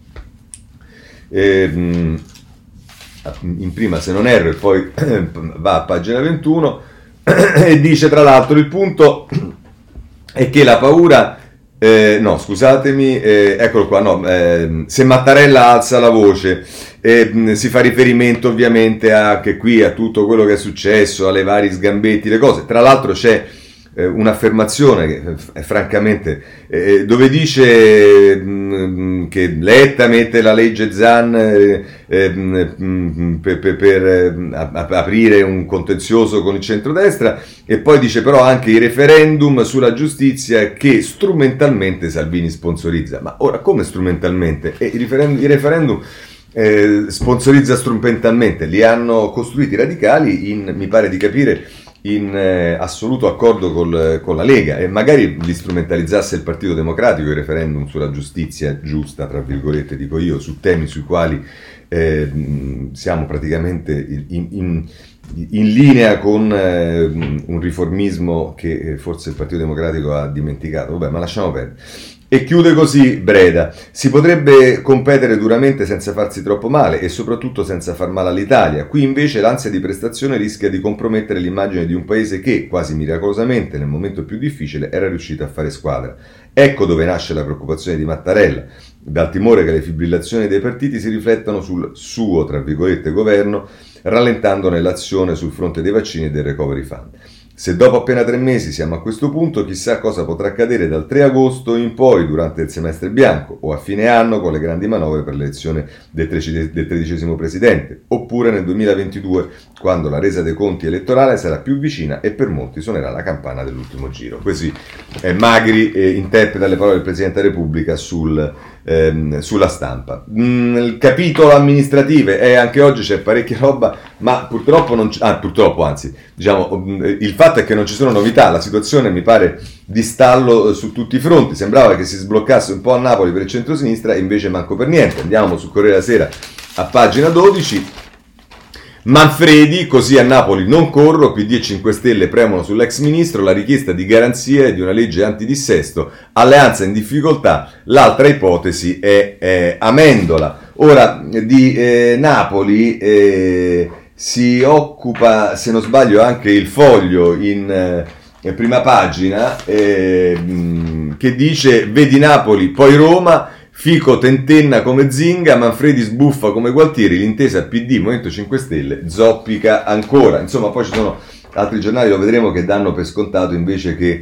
eh, in prima, se non erro, e poi va a pagina ventuno e dice tra l'altro il punto è che la paura, eh, no scusatemi, eh, eccolo qua, no, eh, se Mattarella alza la voce, eh, si fa riferimento ovviamente anche qui a tutto quello che è successo, alle vari sgambetti, le cose, tra l'altro c'è eh, un'affermazione che eh, francamente eh, dove dice mh, che Letta mette la legge Zan eh, eh, mh, per, per, per eh, aprire un contenzioso con il centrodestra, e poi dice però anche i referendum sulla giustizia che strumentalmente Salvini sponsorizza. Ma ora come strumentalmente? E i referendum, i referendum eh, sponsorizza strumentalmente, li hanno costruiti i radicali in, mi pare di capire, in eh, assoluto accordo col, con la Lega, e magari li strumentalizzasse il Partito Democratico i referendum sulla giustizia giusta, tra virgolette dico io, su temi sui quali eh, siamo praticamente in, in, in linea con eh, un riformismo che forse il Partito Democratico ha dimenticato. Vabbè, ma lasciamo perdere. E chiude così Breda: si potrebbe competere duramente senza farsi troppo male e soprattutto senza far male all'Italia. Qui invece l'ansia di prestazione rischia di compromettere l'immagine di un paese che, quasi miracolosamente, nel momento più difficile, era riuscito a fare squadra. Ecco dove nasce la preoccupazione di Mattarella, dal timore che le fibrillazioni dei partiti si riflettano sul suo, tra virgolette, governo, rallentandone l'azione sul fronte dei vaccini e del recovery fund. Se dopo appena tre mesi siamo a questo punto, chissà cosa potrà accadere dal tre agosto in poi durante il semestre bianco, o a fine anno con le grandi manovre per l'elezione del tredicesimo presidente, oppure nel duemilaventidue, quando la resa dei conti elettorale sarà più vicina e per molti suonerà la campana dell'ultimo giro. Così eh, Magri eh, interpreta le parole del Presidente della Repubblica sul, ehm, sulla Stampa. Mm, il capitolo amministrative, e eh, anche oggi c'è parecchia roba, ma purtroppo non c- ah, purtroppo anzi, diciamo, il fatto è che non ci sono novità, la situazione mi pare di stallo su tutti i fronti, sembrava che si sbloccasse un po' a Napoli per il centro-sinistra e invece manco per niente. Andiamo sul Corriere della Sera a pagina dodici. Manfredi: così a Napoli non corro, P D e cinque Stelle premono sull'ex ministro, la richiesta di garanzia e di una legge antidissesto, alleanza in difficoltà, l'altra ipotesi è, è Amendola. Ora di eh, Napoli eh, si occupa, se non sbaglio, anche il Foglio in eh, prima pagina, eh, che dice: vedi Napoli, poi Roma, Fico tentenna come Zinga, Manfredi sbuffa come Gualtieri, l'intesa P D, Movimento cinque Stelle zoppica ancora. Insomma, poi ci sono altri giornali, lo vedremo, che danno per scontato invece che,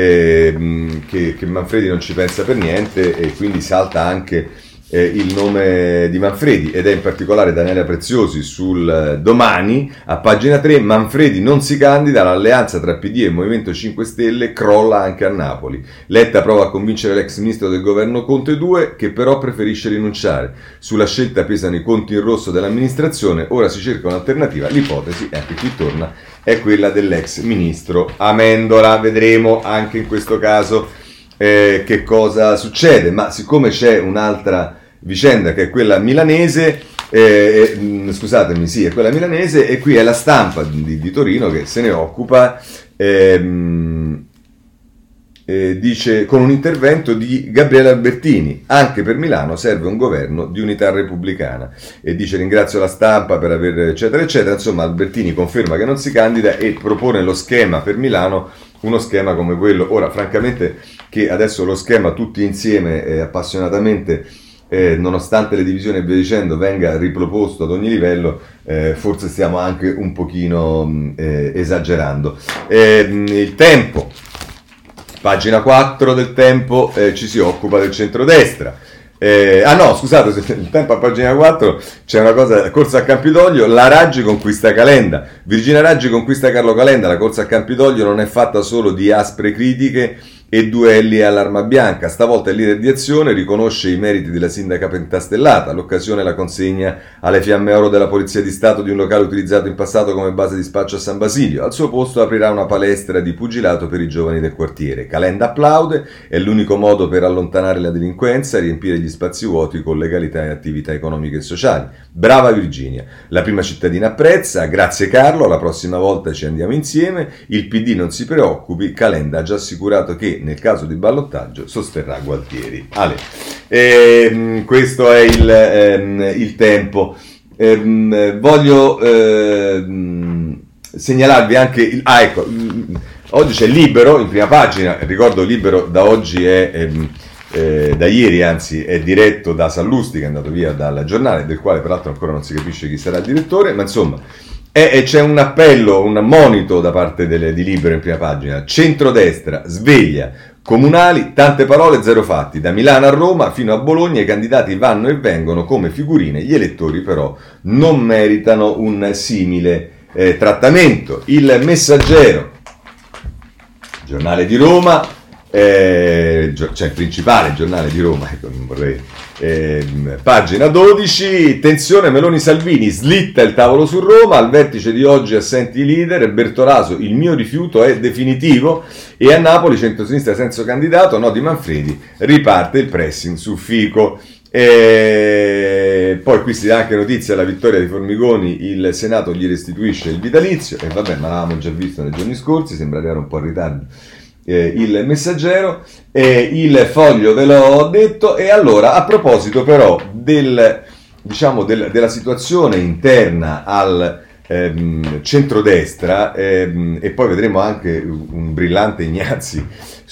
eh, che, che Manfredi non ci pensa per niente, e quindi salta anche Eh, il nome di Manfredi, ed è in particolare Daniela Preziosi sul eh, Domani a pagina tre: Manfredi non si candida, l'alleanza tra P D e Movimento cinque Stelle crolla anche a Napoli, Letta prova a convincere l'ex ministro del governo Conte due, che però preferisce rinunciare, sulla scelta pesano i conti in rosso dell'amministrazione, ora si cerca un'alternativa, l'ipotesi, ecco qui torna, è quella dell'ex ministro Amendola. Vedremo anche in questo caso eh, che cosa succede, ma siccome c'è un'altra vicenda che è quella milanese, eh, eh, scusatemi, sì, è quella milanese, e qui è la Stampa di, di Torino che se ne occupa, ehm, eh, dice, con un intervento di Gabriele Albertini: anche per Milano serve un governo di unità repubblicana, e dice: ringrazio la Stampa per aver eccetera eccetera. Insomma, Albertini conferma che non si candida e propone lo schema per Milano, uno schema come quello, ora francamente che adesso lo schema tutti insieme eh, appassionatamente, Eh, nonostante le divisioni e via dicendo, venga riproposto ad ogni livello, eh, forse stiamo anche un pochino eh, esagerando. Eh, il Tempo, pagina quattro del Tempo, eh, ci si occupa del centrodestra. Eh, ah no, scusate, il Tempo a pagina quattro c'è una cosa: corsa a Campidoglio, la Raggi conquista Calenda, Virginia Raggi conquista Carlo Calenda. La corsa a Campidoglio non è fatta solo di aspre critiche e duelli all'arma bianca, stavolta il leader di Azione riconosce i meriti della sindaca pentastellata, l'occasione la consegna alle Fiamme Oro della Polizia di Stato di un locale utilizzato in passato come base di spaccio a San Basilio, al suo posto aprirà una palestra di pugilato per i giovani del quartiere. Calenda applaude, è l'unico modo per allontanare la delinquenza e riempire gli spazi vuoti con legalità e attività economiche e sociali. Brava Virginia, la prima cittadina apprezza, grazie Carlo, la prossima volta ci andiamo insieme, il P D non si preoccupi, Calenda ha già assicurato che nel caso di ballottaggio sosterrà Gualtieri. Ale. E, questo è il, ehm, il Tempo. E, voglio ehm, segnalarvi anche il, ah ecco, oggi c'è Libero in prima pagina, ricordo Libero da oggi è, è eh, da ieri anzi è diretto da Sallusti, che è andato via dal giornale, del quale peraltro ancora non si capisce chi sarà il direttore, ma insomma è, è, c'è un appello, un monito da parte delle, di Libero in prima pagina: centrodestra, sveglia, comunali, tante parole, zero fatti, da Milano a Roma fino a Bologna i candidati vanno e vengono come figurine, gli elettori però non meritano un simile eh, trattamento. Il Messaggero, giornale di Roma, eh, cioè il principale giornale di Roma, ecco, non vorrei, eh, pagina dodici, tensione Meloni-Salvini, slitta il tavolo su Roma, al vertice di oggi assenti i leader, Bertolaso, il mio rifiuto è definitivo, e a Napoli centrosinistra senza candidato, no di Manfredi, riparte il pressing su Fico. E poi qui si dà anche notizia della vittoria di Formigoni, il Senato gli restituisce il vitalizio, e vabbè, ma l'avevamo già visto nei giorni scorsi, sembra arrivare un po' in ritardo eh, il Messaggero, eh, il Foglio ve l'ho detto. E allora, a proposito però del, diciamo, del, della situazione interna al ehm, centrodestra, ehm, e poi vedremo anche un brillante Ignazzi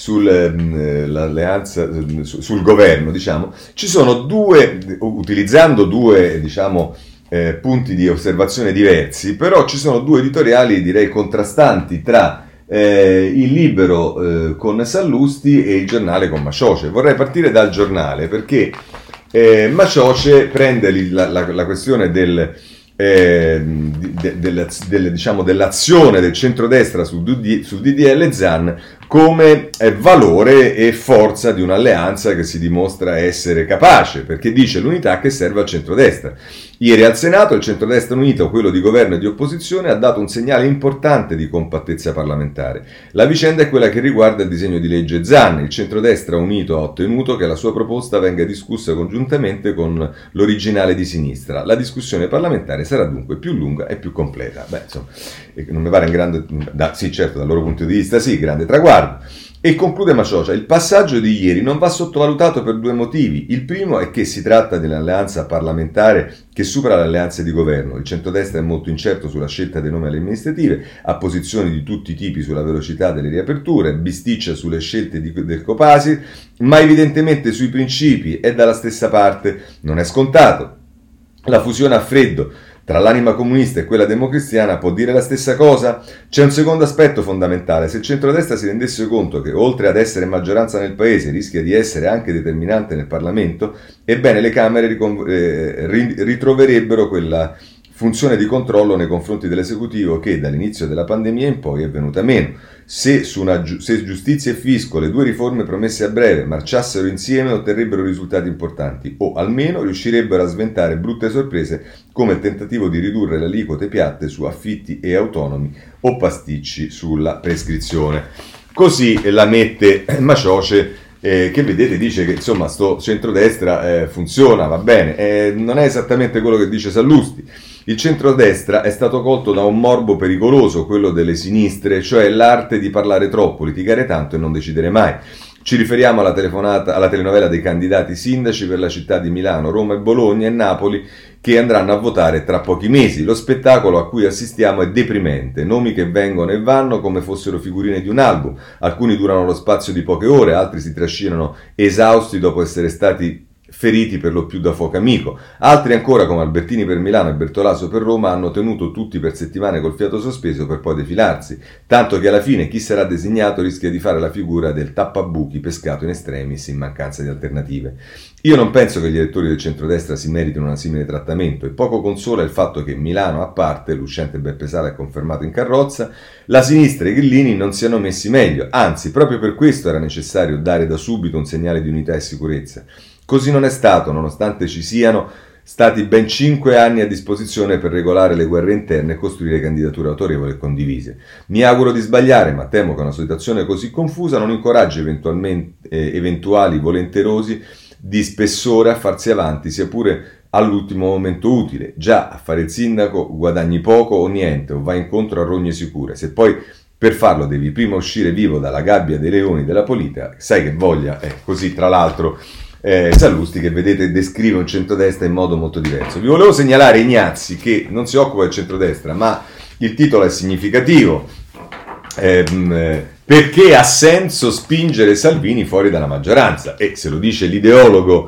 sull'alleanza, su, sul governo, diciamo, ci sono due, utilizzando due, diciamo, eh, punti di osservazione diversi, però ci sono due editoriali, direi, contrastanti tra eh, il Libero eh, con Sallusti e il Giornale con Macioce. Vorrei partire dal Giornale, perché eh, Macioce prende la, la, la questione del Eh, de, de, de, diciamo, dell'azione del centrodestra sul, sul D D L Zan come eh, valore e forza di un'alleanza che si dimostra essere capace, perché dice l'unità che serve al centrodestra. Ieri al Senato il centrodestra unito, quello di governo e di opposizione, ha dato un segnale importante di compattezza parlamentare. La vicenda è quella che riguarda il disegno di legge Zan. Il centrodestra unito ha ottenuto che la sua proposta venga discussa congiuntamente con l'originale di sinistra. La discussione parlamentare sarà dunque più lunga e più completa. Beh, insomma, non mi pare un grande, da, sì certo dal loro punto di vista sì, grande traguardo. E conclude Maciocia: il passaggio di ieri non va sottovalutato per due motivi. Il primo è che si tratta di un'alleanza parlamentare che supera le alleanze di governo. Il centrodestra è molto incerto sulla scelta dei nomi alle amministrative, ha posizioni di tutti i tipi sulla velocità delle riaperture, bisticcia sulle scelte di, del Copasir, ma evidentemente sui principi è dalla stessa parte. Non è scontato. La fusione a freddo tra l'anima comunista e quella democristiana può dire la stessa cosa? C'è un secondo aspetto fondamentale. Se il centrodestra si rendesse conto che, oltre ad essere maggioranza nel Paese, rischia di essere anche determinante nel Parlamento, ebbene le Camere ricon- eh, ritroverebbero quella funzione di controllo nei confronti dell'esecutivo che dall'inizio della pandemia in poi è venuta meno. Se, su una, se giustizia e fisco, le due riforme promesse a breve, marciassero insieme, otterrebbero risultati importanti, o almeno riuscirebbero a sventare brutte sorprese come il tentativo di ridurre le aliquote piatte su affitti e autonomi o pasticci sulla prescrizione. Così la mette Macioce, eh, che vedete dice che insomma sto centrodestra eh, funziona, va bene, eh, non è esattamente quello che dice Sallusti. Il centrodestra è stato colto da un morbo pericoloso, quello delle sinistre, cioè l'arte di parlare troppo, litigare tanto e non decidere mai. Ci riferiamo alla telefonata, alla telenovela dei candidati sindaci per la città di Milano, Roma e Bologna e Napoli, che andranno a votare tra pochi mesi. Lo spettacolo a cui assistiamo è deprimente, nomi che vengono e vanno come fossero figurine di un album, alcuni durano lo spazio di poche ore, altri si trascinano esausti dopo essere stati feriti per lo più da fuoco amico. Altri ancora, come Albertini per Milano e Bertolaso per Roma, hanno tenuto tutti per settimane col fiato sospeso per poi defilarsi, tanto che alla fine chi sarà designato rischia di fare la figura del tappabuchi pescato in extremis in mancanza di alternative. Io non penso che gli elettori del centrodestra si meritino un simile trattamento, e poco consola il fatto che, Milano a parte, l'uscente Beppe Sala è confermato in carrozza, la sinistra e i grillini non siano messi meglio, anzi proprio per questo era necessario dare da subito un segnale di unità e sicurezza. Così non è stato, nonostante ci siano stati ben cinque anni a disposizione per regolare le guerre interne e costruire candidature autorevoli e condivise. Mi auguro di sbagliare, ma temo che una situazione così confusa non incoraggi eventualmente, eh, eventuali volenterosi di spessore a farsi avanti, sia pure all'ultimo momento utile. Già, a fare il sindaco guadagni poco o niente, o vai incontro a rogne sicure. Se poi per farlo devi prima uscire vivo dalla gabbia dei leoni della politica, sai che voglia, è così tra l'altro eh, Sallusti, che vedete descrive un centrodestra in modo molto diverso. Vi volevo segnalare Ignazzi, che non si occupa del centrodestra, ma il titolo è significativo, ehm, perché ha senso spingere Salvini fuori dalla maggioranza, e se lo dice l'ideologo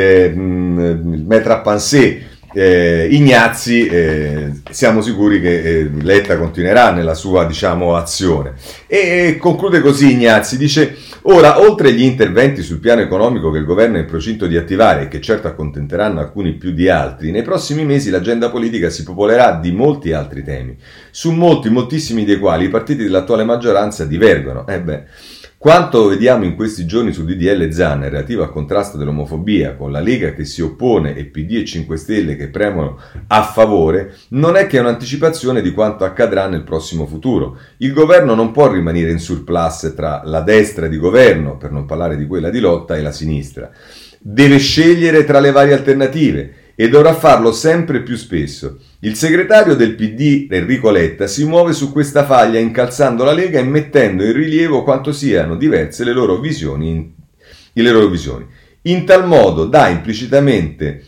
ehm, Maître à penser Eh, Ignazzi, eh, siamo sicuri che eh, Letta continuerà nella sua, diciamo, azione. E, e conclude così Ignazzi, dice: ora, oltre agli interventi sul piano economico che il governo è in procinto di attivare e che certo accontenteranno alcuni più di altri, nei prossimi mesi l'agenda politica si popolerà di molti altri temi, su molti, moltissimi dei quali i partiti dell'attuale maggioranza divergono. Eh beh, quanto vediamo in questi giorni sul D D L Zan relativo al contrasto dell'omofobia, con la Lega che si oppone e P D e cinque Stelle che premono a favore, non è che un'anticipazione di quanto accadrà nel prossimo futuro. Il governo non può rimanere in surplus tra la destra di governo, per non parlare di quella di lotta, e la sinistra. Deve scegliere tra le varie alternative e dovrà farlo sempre più spesso. Il segretario del P D, Enrico Letta, si muove su questa faglia incalzando la Lega e mettendo in rilievo quanto siano diverse le loro visioni. Le loro visioni. In tal modo dà implicitamente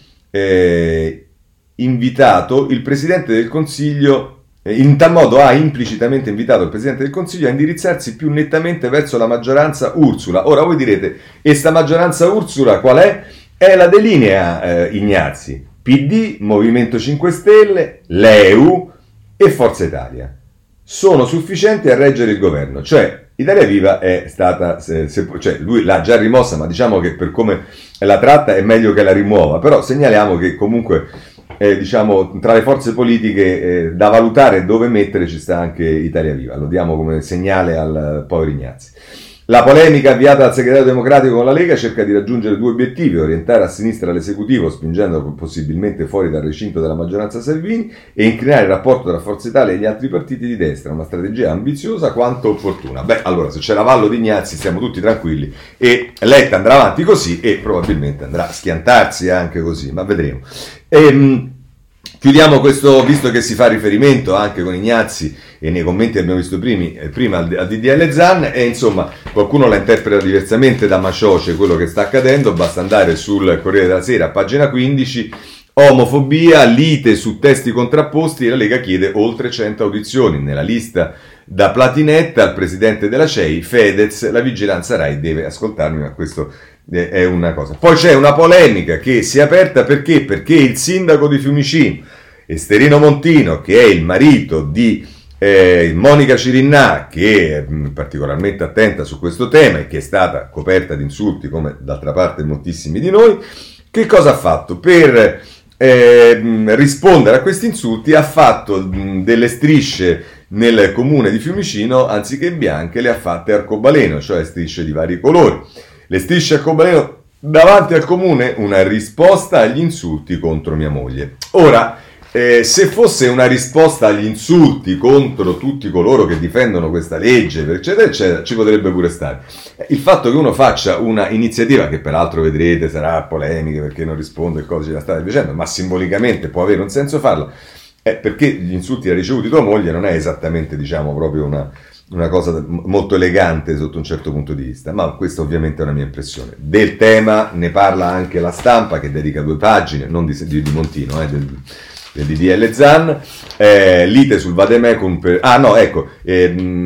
eh, invitato il Presidente del Consiglio, eh, in tal modo ha implicitamente invitato il Presidente del Consiglio a indirizzarsi più nettamente verso la maggioranza Ursula. Ora voi direte, e sta maggioranza Ursula qual è? È la delinea eh, Ignazzi. P D, Movimento cinque Stelle, l'E U e Forza Italia sono sufficienti a reggere il governo, cioè Italia Viva è stata, se, se, cioè lui l'ha già rimossa, ma diciamo che per come la tratta è meglio che la rimuova, però segnaliamo che comunque eh, diciamo tra le forze politiche eh, da valutare dove mettere ci sta anche Italia Viva, lo diamo come segnale al povero Ignazzi. La polemica avviata dal segretario democratico con la Lega cerca di raggiungere due obiettivi: orientare a sinistra l'esecutivo spingendo possibilmente fuori dal recinto della maggioranza Salvini e incrinare il rapporto tra Forza Italia e gli altri partiti di destra, una strategia ambiziosa quanto opportuna. Beh, allora se c'è l'avallo di Ignazzi stiamo tutti tranquilli e Letta andrà avanti così e probabilmente andrà a schiantarsi anche così, ma vedremo. Ehm... Chiudiamo questo, visto che si fa riferimento anche con Ignazzi e nei commenti abbiamo visto primi, eh, prima al, al D D L Zan, e insomma qualcuno la interpreta diversamente da Macioce quello che sta accadendo, basta andare sul Corriere della Sera, pagina quindici, omofobia, lite su testi contrapposti e la Lega chiede oltre cento audizioni, nella lista da Platinetta al presidente della C E I, Fedez, la vigilanza Rai deve ascoltarmi, ma questo è una cosa. Poi c'è una polemica che si è aperta perché? Perché il sindaco di Fiumicino, Esterino Montino, che è il marito di eh, Monica Cirinnà, che è particolarmente attenta su questo tema e che è stata coperta di insulti come d'altra parte moltissimi di noi, che cosa ha fatto? Per eh, rispondere a questi insulti ha fatto mh, delle strisce nel comune di Fiumicino, anziché bianche le ha fatte arcobaleno, cioè strisce di vari colori. Le strisce arcobaleno davanti al comune, una risposta agli insulti contro mia moglie. Ora, eh, se fosse una risposta agli insulti contro tutti coloro che difendono questa legge, eccetera, eccetera, ci potrebbe pure stare. Il fatto che uno faccia una iniziativa, che peraltro vedrete sarà polemica perché non risponde al codice della strada dicendo, ma simbolicamente può avere un senso farlo, è perché gli insulti che ha ricevuto tua moglie non è esattamente, diciamo, proprio una... una cosa molto elegante sotto un certo punto di vista, ma questa ovviamente è una mia impressione. Del tema ne parla anche La Stampa, che dedica due pagine, non di, di, di Montino, eh, del, del D D L Zan, eh, lite sul vademecum per... Ah no, ecco, eh,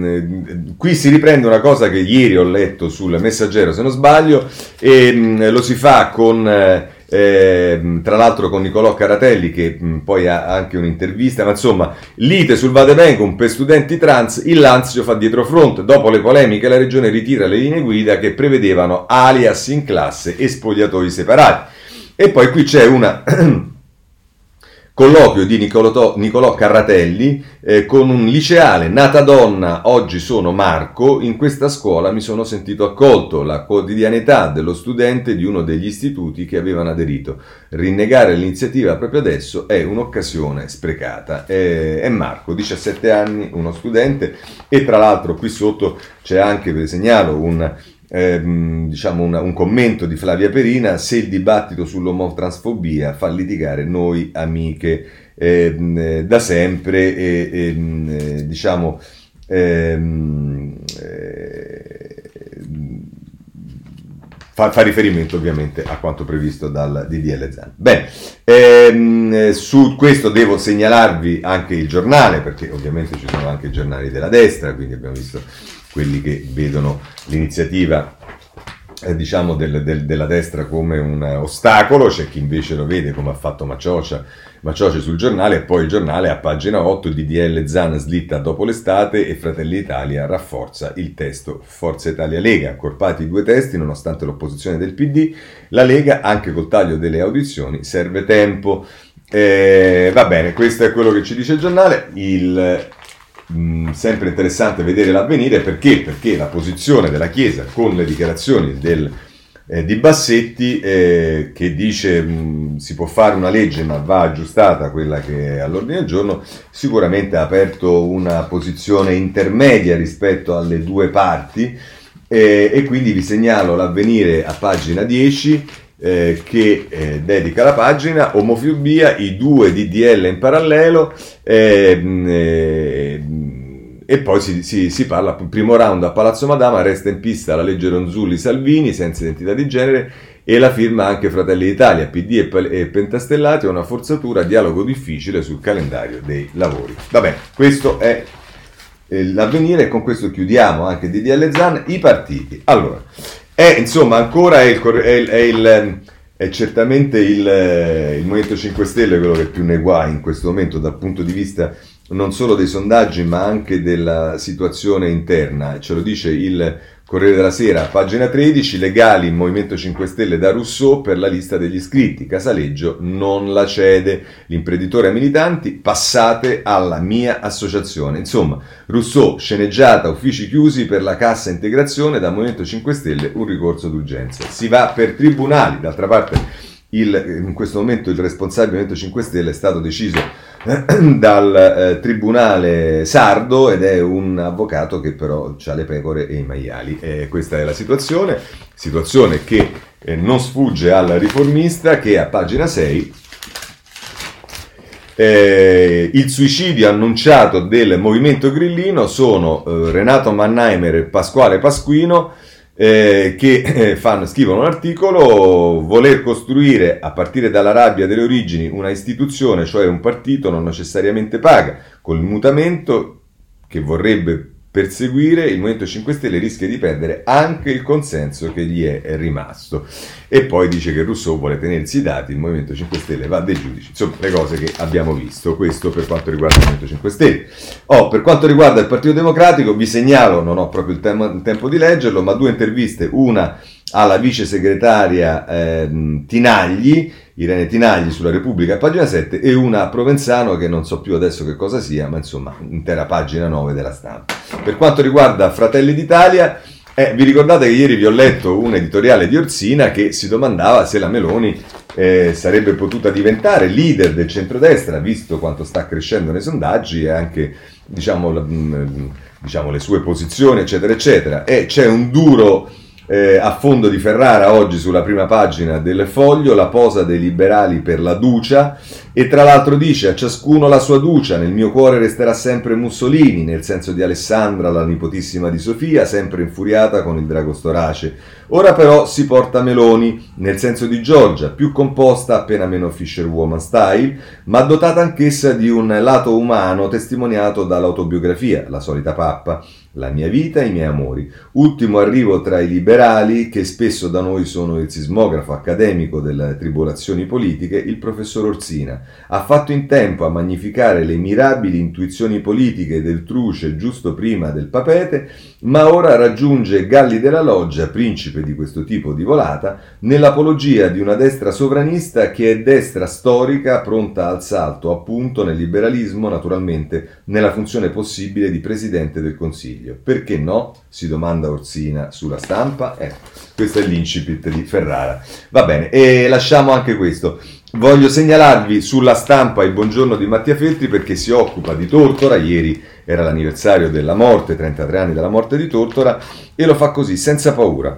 mh, qui si riprende una cosa che ieri ho letto sul Messaggero, se non sbaglio, e mh, lo si fa con... Eh, Eh, tra l'altro con Nicolò Caratelli, che mh, poi ha anche un'intervista, ma insomma, lite sul vademecum per studenti trans, il Lazio fa dietrofront, dopo le polemiche la regione ritira le linee guida che prevedevano alias in classe e spogliatoi separati. E poi qui c'è una colloquio di Nicolò, Nicolò Carratelli eh, con un liceale: nata donna, oggi sono Marco, in questa scuola mi sono sentito accolto, la quotidianità dello studente di uno degli istituti che avevano aderito. Rinnegare l'iniziativa proprio adesso è un'occasione sprecata. È, è Marco, diciassette anni, uno studente, e tra l'altro qui sotto c'è anche, vi segnalo, un... Eh, diciamo una, un commento di Flavia Perina: se il dibattito sull'omotransfobia fa litigare noi amiche eh, eh, da sempre e eh, eh, diciamo eh, eh, fa, fa riferimento ovviamente a quanto previsto dal D D L Zan. Bene, ehm, su questo devo segnalarvi anche il giornale, perché ovviamente ci sono anche i giornali della destra, quindi abbiamo visto quelli che vedono l'iniziativa eh, diciamo del, del, della destra come un ostacolo, c'è chi invece lo vede come ha fatto Maciocia, Maciocia sul giornale, e poi il giornale a pagina otto, D D L Zan slitta dopo l'estate e Fratelli d'Italia rafforza il testo Forza Italia Lega, accorpati i due testi nonostante l'opposizione del P D, la Lega anche col taglio delle audizioni serve tempo. Eh, va bene, questo è quello che ci dice il giornale. Il mh, sempre interessante vedere l'Avvenire, perché? Perché la posizione della Chiesa con le dichiarazioni del Eh, di Bassetti eh, che dice mh, si può fare una legge ma va aggiustata quella che è all'ordine del giorno, sicuramente ha aperto una posizione intermedia rispetto alle due parti eh, e quindi vi segnalo l'Avvenire a pagina dieci eh, che eh, dedica la pagina omofobia, i due D D L in parallelo eh, eh, e poi si, si, si parla, primo round a Palazzo Madama, resta in pista la legge Ronzulli-Salvini senza identità di genere e la firma anche Fratelli d'Italia, P D e, e Pentastellati, una forzatura, dialogo difficile sul calendario dei lavori. Va bene, questo è eh, l'Avvenire e con questo chiudiamo anche D D L Zan, i partiti. Allora, è insomma ancora è, il, è, il, è, il, è certamente il, il Movimento cinque Stelle quello che più ne guai in questo momento dal punto di vista non solo dei sondaggi ma anche della situazione interna. Ce lo dice il Corriere della Sera, pagina tredici, legali in Movimento cinque Stelle da Rousseau per la lista degli iscritti, Casaleggio non la cede, l'imprenditore ai militanti, passate alla mia associazione. Insomma, Rousseau, sceneggiata, uffici chiusi per la cassa integrazione, da Movimento cinque Stelle un ricorso d'urgenza. Si va per tribunali, d'altra parte il, in questo momento il responsabile del Movimento cinque Stelle è stato deciso dal eh, tribunale sardo ed è un avvocato che però ha le pecore e i maiali. Eh, questa è la situazione, situazione che eh, non sfugge al Riformista, che a pagina sei eh, il suicidio annunciato del movimento grillino sono eh, Renato Mannheimer e Pasquale Pasquino, Eh, che eh, fanno, scrivono un articolo: voler costruire a partire dalla rabbia delle origini una istituzione, cioè un partito, non necessariamente paga. Col mutamento che vorrebbe perseguire il Movimento cinque Stelle rischia di perdere anche il consenso che gli è rimasto. E poi dice che Rousseau vuole tenersi i dati, il Movimento cinque Stelle va dai giudici. Insomma, le cose che abbiamo visto. Questo per quanto riguarda il Movimento cinque Stelle. Oh, per quanto riguarda il Partito Democratico vi segnalo, non ho proprio il, tem- il tempo di leggerlo, ma due interviste, una alla vice segretaria eh, Tinagli, Irene Tinagli, sulla Repubblica, pagina sette, e una a Provenzano che non so più adesso che cosa sia, ma insomma intera pagina nove della Stampa. Per quanto riguarda Fratelli d'Italia, eh, vi ricordate che ieri vi ho letto un editoriale di Orsina che si domandava se la Meloni eh, sarebbe potuta diventare leader del centrodestra, visto quanto sta crescendo nei sondaggi e anche diciamo, la, diciamo le sue posizioni, eccetera, eccetera. E c'è un duro Eh, affondo di Ferrara oggi sulla prima pagina del Foglio, la posa dei liberali per la Ducia, e tra l'altro dice: a ciascuno la sua Ducia, nel mio cuore resterà sempre Mussolini, nel senso di Alessandra, la nipotissima di Sofia, sempre infuriata con il drago Storace. Ora però si porta Meloni, nel senso di Giorgia, più composta, appena meno Fisherwoman style, ma dotata anch'essa di un lato umano testimoniato dall'autobiografia, la solita pappa. La mia vita e i miei amori. Ultimo arrivo tra i liberali, che spesso da noi sono il sismografo accademico delle tribolazioni politiche, il professor Orsina. Ha fatto in tempo a magnificare le mirabili intuizioni politiche del Truce giusto prima del Papete, ma ora raggiunge Galli della Loggia, principe di questo tipo di volata, nell'apologia di una destra sovranista che è destra storica, pronta al salto appunto nel liberalismo, naturalmente nella funzione possibile di Presidente del Consiglio. Perché no? Si domanda Orsina sulla Stampa. Ecco, questo è l'incipit di Ferrara. Va bene, e lasciamo anche questo. Voglio segnalarvi sulla Stampa il buongiorno di Mattia Feltri, perché si occupa di Tortora. Ieri era l'anniversario della morte, trentatré anni dalla morte di Tortora, e lo fa così, senza paura.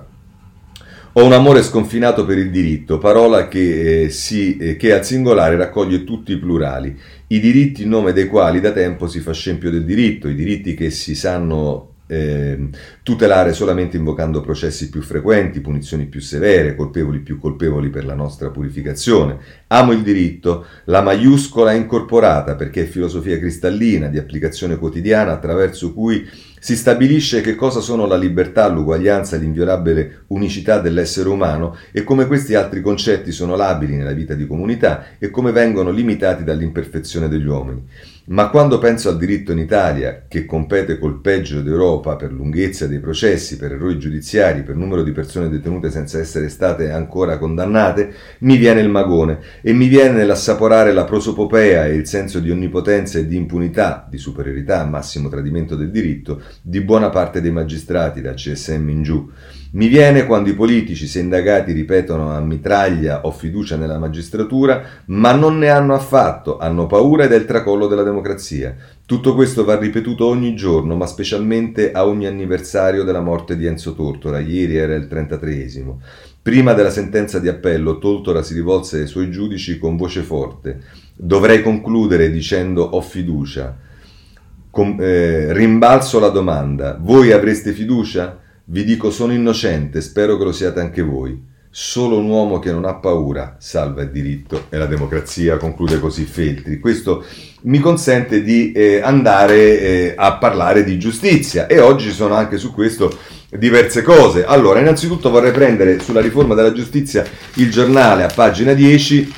Ho un amore sconfinato per il diritto, parola che, eh, si, eh, che al singolare raccoglie tutti i plurali. I diritti in nome dei quali da tempo si fa scempio del diritto, i diritti che si sanno eh, tutelare solamente invocando processi più frequenti, punizioni più severe, colpevoli più colpevoli per la nostra purificazione. Amo il diritto, la maiuscola è incorporata perché è filosofia cristallina di applicazione quotidiana attraverso cui si stabilisce che cosa sono la libertà, l'uguaglianza e l'inviolabile unicità dell'essere umano e come questi altri concetti sono labili nella vita di comunità e come vengono limitati dall'imperfezione degli uomini. Ma quando penso al diritto in Italia, che compete col peggio d'Europa per lunghezza dei processi, per errori giudiziari, per numero di persone detenute senza essere state ancora condannate, mi viene il magone e mi viene nell'assaporare la prosopopea e il senso di onnipotenza e di impunità, di superiorità, massimo tradimento del diritto, di buona parte dei magistrati, dal C S M in giù. Mi viene quando i politici, se indagati, ripetono a mitraglia ho fiducia nella magistratura, ma non ne hanno affatto, hanno paura ed è il tracollo della democrazia. Tutto questo va ripetuto ogni giorno, ma specialmente a ogni anniversario della morte di Enzo Tortora. Ieri era il trentatreesimo. Prima della sentenza di appello, Tortora si rivolse ai suoi giudici con voce forte. Dovrei concludere dicendo ho fiducia. Com- eh, rimbalzo la domanda. Voi avreste fiducia? Vi dico sono innocente, spero che lo siate anche voi. Solo un uomo che non ha paura salva il diritto e la democrazia, conclude così Feltri. Questo mi consente di eh, andare eh, a parlare di giustizia e oggi ci sono anche su questo diverse cose. Allora, innanzitutto vorrei prendere sulla riforma della giustizia Il Giornale a pagina dieci,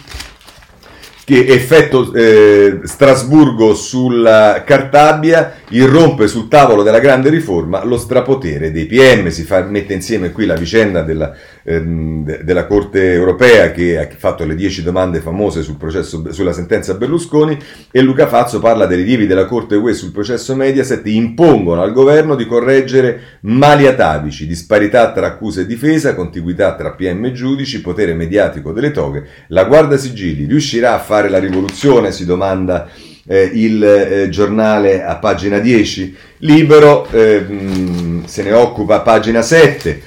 che effetto eh, Strasburgo sulla Cartabia, irrompe sul tavolo della grande riforma lo strapotere dei P M. Si fa, mette insieme qui la vicenda della, ehm, de, della Corte Europea che ha fatto le dieci domande famose sul processo, sulla sentenza Berlusconi, e Luca Fazzo parla dei rilievi della Corte U E sul processo Mediaset, impongono al governo di correggere mali atavici, disparità tra accusa e difesa, contiguità tra P M e giudici, potere mediatico delle toghe. La Guardasigilli riuscirà a fare la rivoluzione, si domanda eh, il eh, Giornale a pagina dieci. Libero eh, mh, se ne occupa a pagina sette.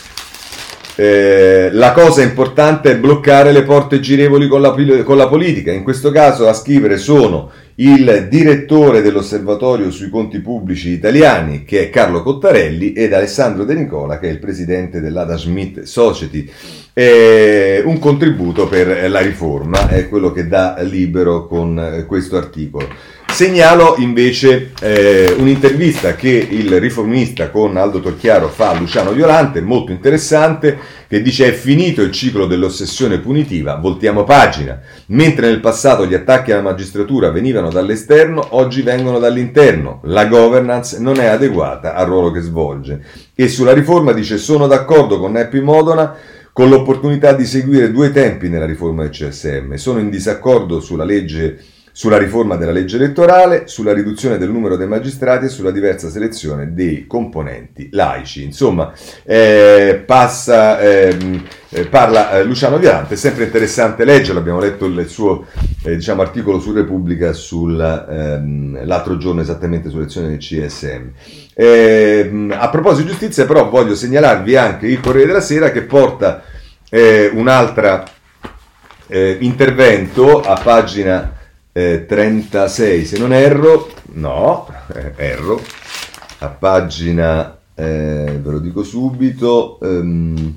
Eh, la cosa importante è bloccare le porte girevoli con la, con la politica. In questo caso a scrivere sono il direttore dell'Osservatorio sui conti pubblici italiani, che è Carlo Cottarelli, ed Alessandro De Nicola, che è il presidente dell'Ada Schmidt Society. Eh, un contributo per la riforma è quello che dà Libero con eh, questo articolo. Segnalo invece eh, un'intervista che il Riformista con Aldo Torchiaro fa a Luciano Violante, molto interessante, che dice: è finito il ciclo dell'ossessione punitiva, voltiamo pagina. Mentre nel passato gli attacchi alla magistratura venivano dall'esterno, oggi vengono dall'interno. La governance non è adeguata al ruolo che svolge. E sulla riforma dice: sono d'accordo con Neppi Modona con l'opportunità di seguire due tempi nella riforma del C S M. Sono in disaccordo sulla legge sulla riforma della legge elettorale, sulla riduzione del numero dei magistrati e sulla diversa selezione dei componenti laici. Insomma, eh, passa, eh, parla eh, Luciano Violante, sempre interessante leggerlo, abbiamo letto il suo eh, diciamo, articolo su Repubblica sul, ehm, l'altro giorno esattamente sull'elezione del C S M. Eh, a proposito di giustizia però voglio segnalarvi anche il Corriere della Sera che porta eh, un altro eh, intervento a pagina Eh, trentasei se non erro, no, eh, erro, a pagina, eh, ve lo dico subito, ehm,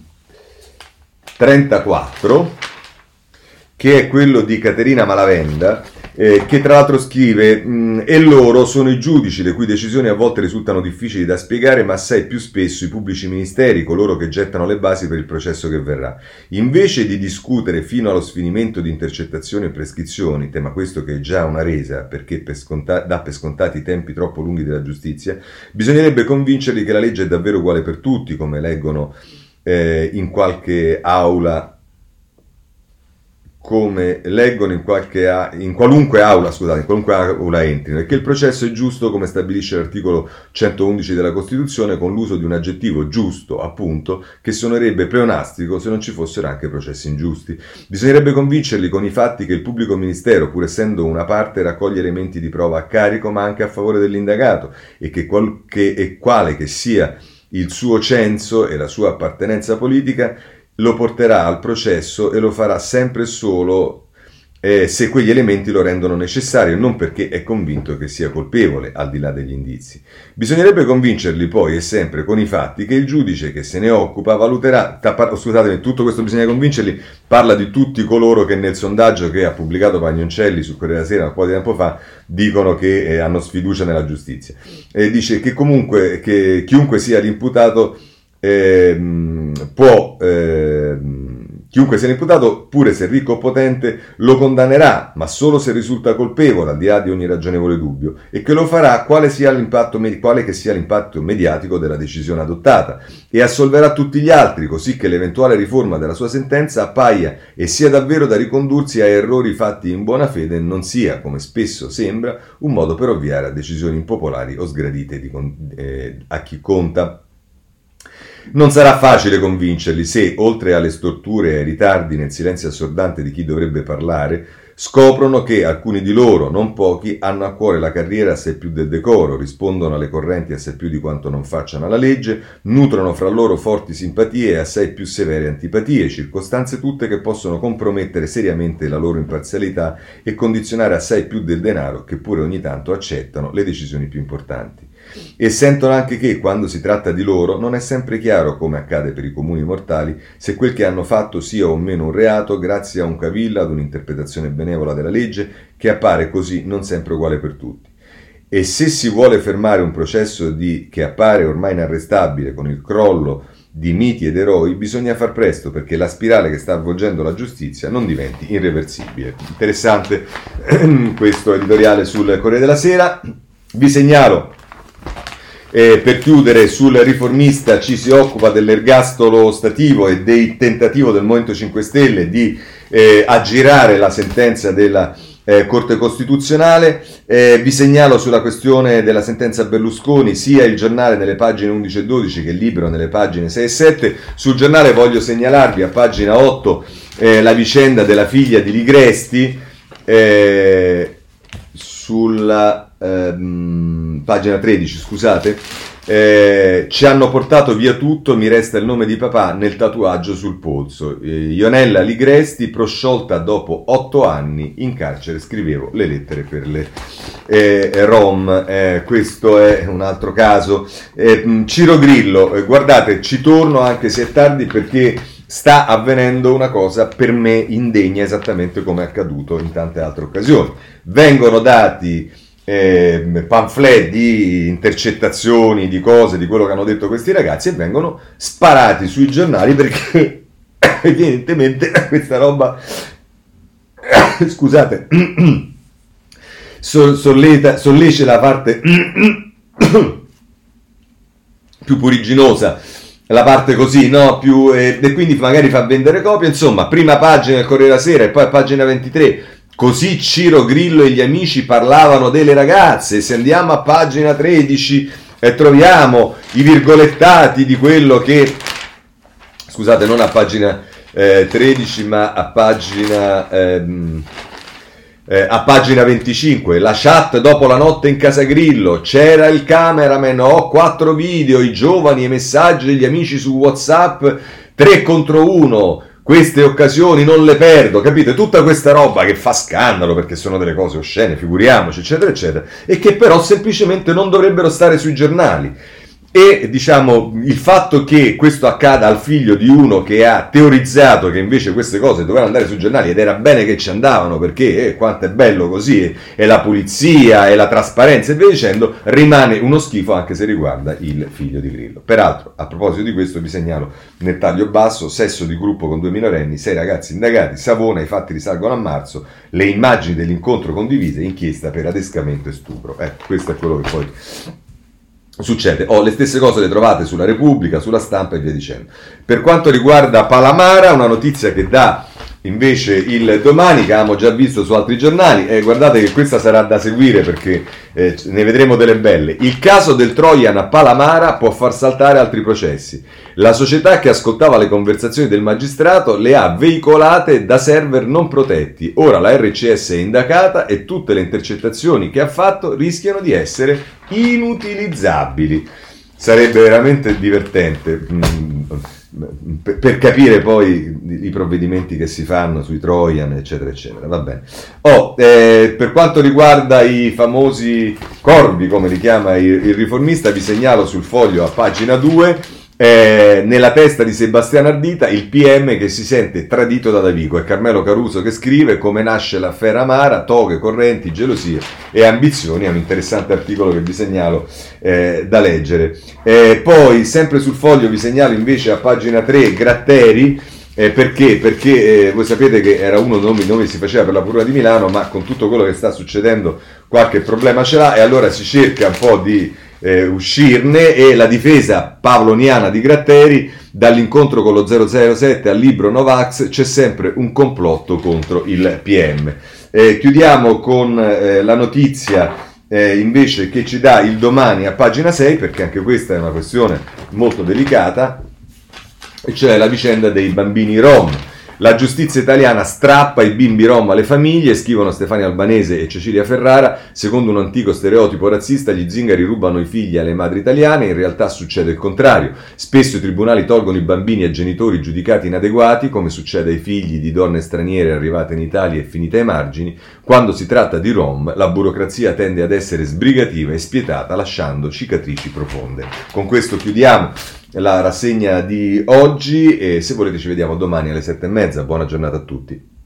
trentaquattro, che è quello di Caterina Malavenda, eh, che tra l'altro scrive mh, e loro sono i giudici le cui decisioni a volte risultano difficili da spiegare, ma assai più spesso i pubblici ministeri, coloro che gettano le basi per il processo che verrà. Invece di discutere fino allo sfinimento di intercettazioni e prescrizioni, tema questo che è già una resa perché per sconta- dà per scontati i tempi troppo lunghi della giustizia, bisognerebbe convincerli che la legge è davvero uguale per tutti, come leggono eh, in qualche aula come leggono in, qualche a, in qualunque aula, scusate, in qualunque aula entrino, e che il processo è giusto come stabilisce l'articolo centoundici della Costituzione con l'uso di un aggettivo giusto, appunto, che suonerebbe pleonastico se non ci fossero anche processi ingiusti. Bisognerebbe convincerli con i fatti che il pubblico ministero, pur essendo una parte, raccoglie elementi di prova a carico ma anche a favore dell'indagato e che, qual, che e quale che sia il suo censo e la sua appartenenza politica lo porterà al processo e lo farà sempre solo eh, se quegli elementi lo rendono necessario, non perché è convinto che sia colpevole, al di là degli indizi. Bisognerebbe convincerli poi e sempre con i fatti che il giudice che se ne occupa valuterà, tappa, scusatemi, tutto questo bisogna convincerli, parla di tutti coloro che nel sondaggio che ha pubblicato Pagnoncelli sul Corriere della Sera un po' di tempo fa dicono che eh, hanno sfiducia nella giustizia. E dice che comunque che chiunque sia l'imputato eh, può... Eh, Chiunque sia l'imputato, pure se ricco o potente, lo condannerà, ma solo se risulta colpevole, al di là di ogni ragionevole dubbio, e che lo farà quale, sia l'impatto, quale che sia l'impatto mediatico della decisione adottata, e assolverà tutti gli altri, così che l'eventuale riforma della sua sentenza appaia e sia davvero da ricondursi a errori fatti in buona fede e non sia, come spesso sembra, un modo per ovviare a decisioni impopolari o sgradite di, eh, a chi conta. Non sarà facile convincerli se, oltre alle storture e ai ritardi nel silenzio assordante di chi dovrebbe parlare, scoprono che alcuni di loro, non pochi, hanno a cuore la carriera assai più del decoro, rispondono alle correnti assai più di quanto non facciano alla legge, nutrono fra loro forti simpatie e assai più severe antipatie, circostanze tutte che possono compromettere seriamente la loro imparzialità e condizionare assai più del denaro che pure ogni tanto accettano le decisioni più importanti. E sentono anche che, quando si tratta di loro, non è sempre chiaro, come accade per i comuni mortali, se quel che hanno fatto sia o meno un reato grazie a un cavillo, ad un'interpretazione benevola della legge, che appare così non sempre uguale per tutti. E se si vuole fermare un processo di, che appare ormai inarrestabile con il crollo di miti ed eroi, bisogna far presto perché la spirale che sta avvolgendo la giustizia non diventi irreversibile. Interessante questo editoriale sul Corriere della Sera. Vi segnalo, Eh, per chiudere, sul Riformista ci si occupa dell'ergastolo ostativo e del tentativo del Movimento cinque Stelle di eh, aggirare la sentenza della eh, Corte Costituzionale. Eh, vi segnalo sulla questione della sentenza Berlusconi sia il Giornale nelle pagine undici e dodici che il Libero nelle pagine sei e sette. Sul Giornale voglio segnalarvi a pagina otto eh, la vicenda della figlia di Ligresti, eh, sulla Ehm, pagina tredici, scusate, eh, ci hanno portato via tutto, mi resta il nome di papà nel tatuaggio sul polso. eh, Ionella Ligresti prosciolta dopo otto anni in carcere, scrivevo le lettere per le eh, Rom. Eh, questo è un altro caso. eh, Ciro Grillo, eh, guardate, ci torno anche se è tardi perché sta avvenendo una cosa per me indegna, esattamente come è accaduto in tante altre occasioni. Vengono dati Eh, pamphlet di intercettazioni, di cose, di quello che hanno detto questi ragazzi e vengono sparati sui giornali perché evidentemente questa roba scusate solleta, sollecita la parte più puriginosa, la parte così, no? Più, eh, e quindi magari fa vendere copie. Insomma, prima pagina del Corriere della Sera e poi a pagina ventitré. Così Ciro Grillo e gli amici parlavano delle ragazze. Se andiamo a pagina tredici e eh, troviamo i virgolettati di quello che, scusate, non a pagina eh, tredici ma a pagina ehm, eh, a pagina venticinque, la chat dopo la notte in casa Grillo, c'era il cameraman, ho quattro video, i giovani, i messaggi degli amici su WhatsApp, tre contro uno. Queste occasioni non le perdo, capite? Tutta questa roba che fa scandalo perché sono delle cose oscene, figuriamoci, eccetera, eccetera, e che però semplicemente non dovrebbero stare sui giornali. E diciamo il fatto che questo accada al figlio di uno che ha teorizzato che invece queste cose dovevano andare sui giornali ed era bene che ci andavano perché eh, quanto è bello così, e, e la pulizia e la trasparenza e via dicendo, rimane uno schifo anche se riguarda il figlio di Grillo. Peraltro, a proposito di questo, vi segnalo nel taglio basso: sesso di gruppo con due minorenni, sei ragazzi indagati, Savona, i fatti risalgono a marzo, le immagini dell'incontro condivise, inchiesta per adescamento e stupro. Ecco, questo è quello che poi succede. Oh, le stesse cose le trovate sulla Repubblica, sulla Stampa e via dicendo. Per quanto riguarda Palamara, una notizia che dà invece il Domani, che abbiamo già visto su altri giornali, e eh, guardate che questa sarà da seguire perché eh, ne vedremo delle belle. Il caso del Trojan a Palamara può far saltare altri processi. La società che ascoltava le conversazioni del magistrato le ha veicolate da server non protetti. Ora la R C S è indagata e tutte le intercettazioni che ha fatto rischiano di essere inutilizzabili. sarebbe veramente divertente mh, per, per capire poi i provvedimenti che si fanno sui Trojan, eccetera, eccetera. Va bene. Oh, eh, per quanto riguarda i famosi corvi, come li chiama il, il riformista, vi segnalo sul Foglio a pagina due. Eh, nella testa di Sebastiano Ardita il P M che si sente tradito da Davico. È Carmelo Caruso che scrive come nasce l'affare Amara, toghe, correnti, gelosie e ambizioni. È un interessante articolo che vi segnalo eh, da leggere. Eh, poi sempre sul Foglio vi segnalo invece a pagina tre Gratteri. Eh, perché? Perché eh, voi sapete che era uno dei nomi dove si faceva per la Procura di Milano, ma con tutto quello che sta succedendo qualche problema ce l'ha, e allora si cerca un po' di eh, uscirne, e la difesa pavloniana di Gratteri: dall'incontro con lo zero zero sette al libro Novax c'è sempre un complotto contro il P M. Eh, chiudiamo con eh, la notizia eh, invece che ci dà il Domani a pagina sei, perché anche questa è una questione molto delicata, e cioè la vicenda dei bambini rom. La giustizia italiana strappa i bimbi rom alle famiglie, scrivono Stefania Albanese e Cecilia Ferrara. Secondo un antico stereotipo razzista, gli zingari rubano i figli alle madri italiane. In realtà succede il contrario. Spesso i tribunali tolgono i bambini a genitori giudicati inadeguati, come succede ai figli di donne straniere arrivate in Italia e finite ai margini. Quando si tratta di rom, la burocrazia tende ad essere sbrigativa e spietata, lasciando cicatrici profonde. Con questo chiudiamo la rassegna di oggi, e se volete ci vediamo domani alle sette e mezza. Buona giornata a tutti.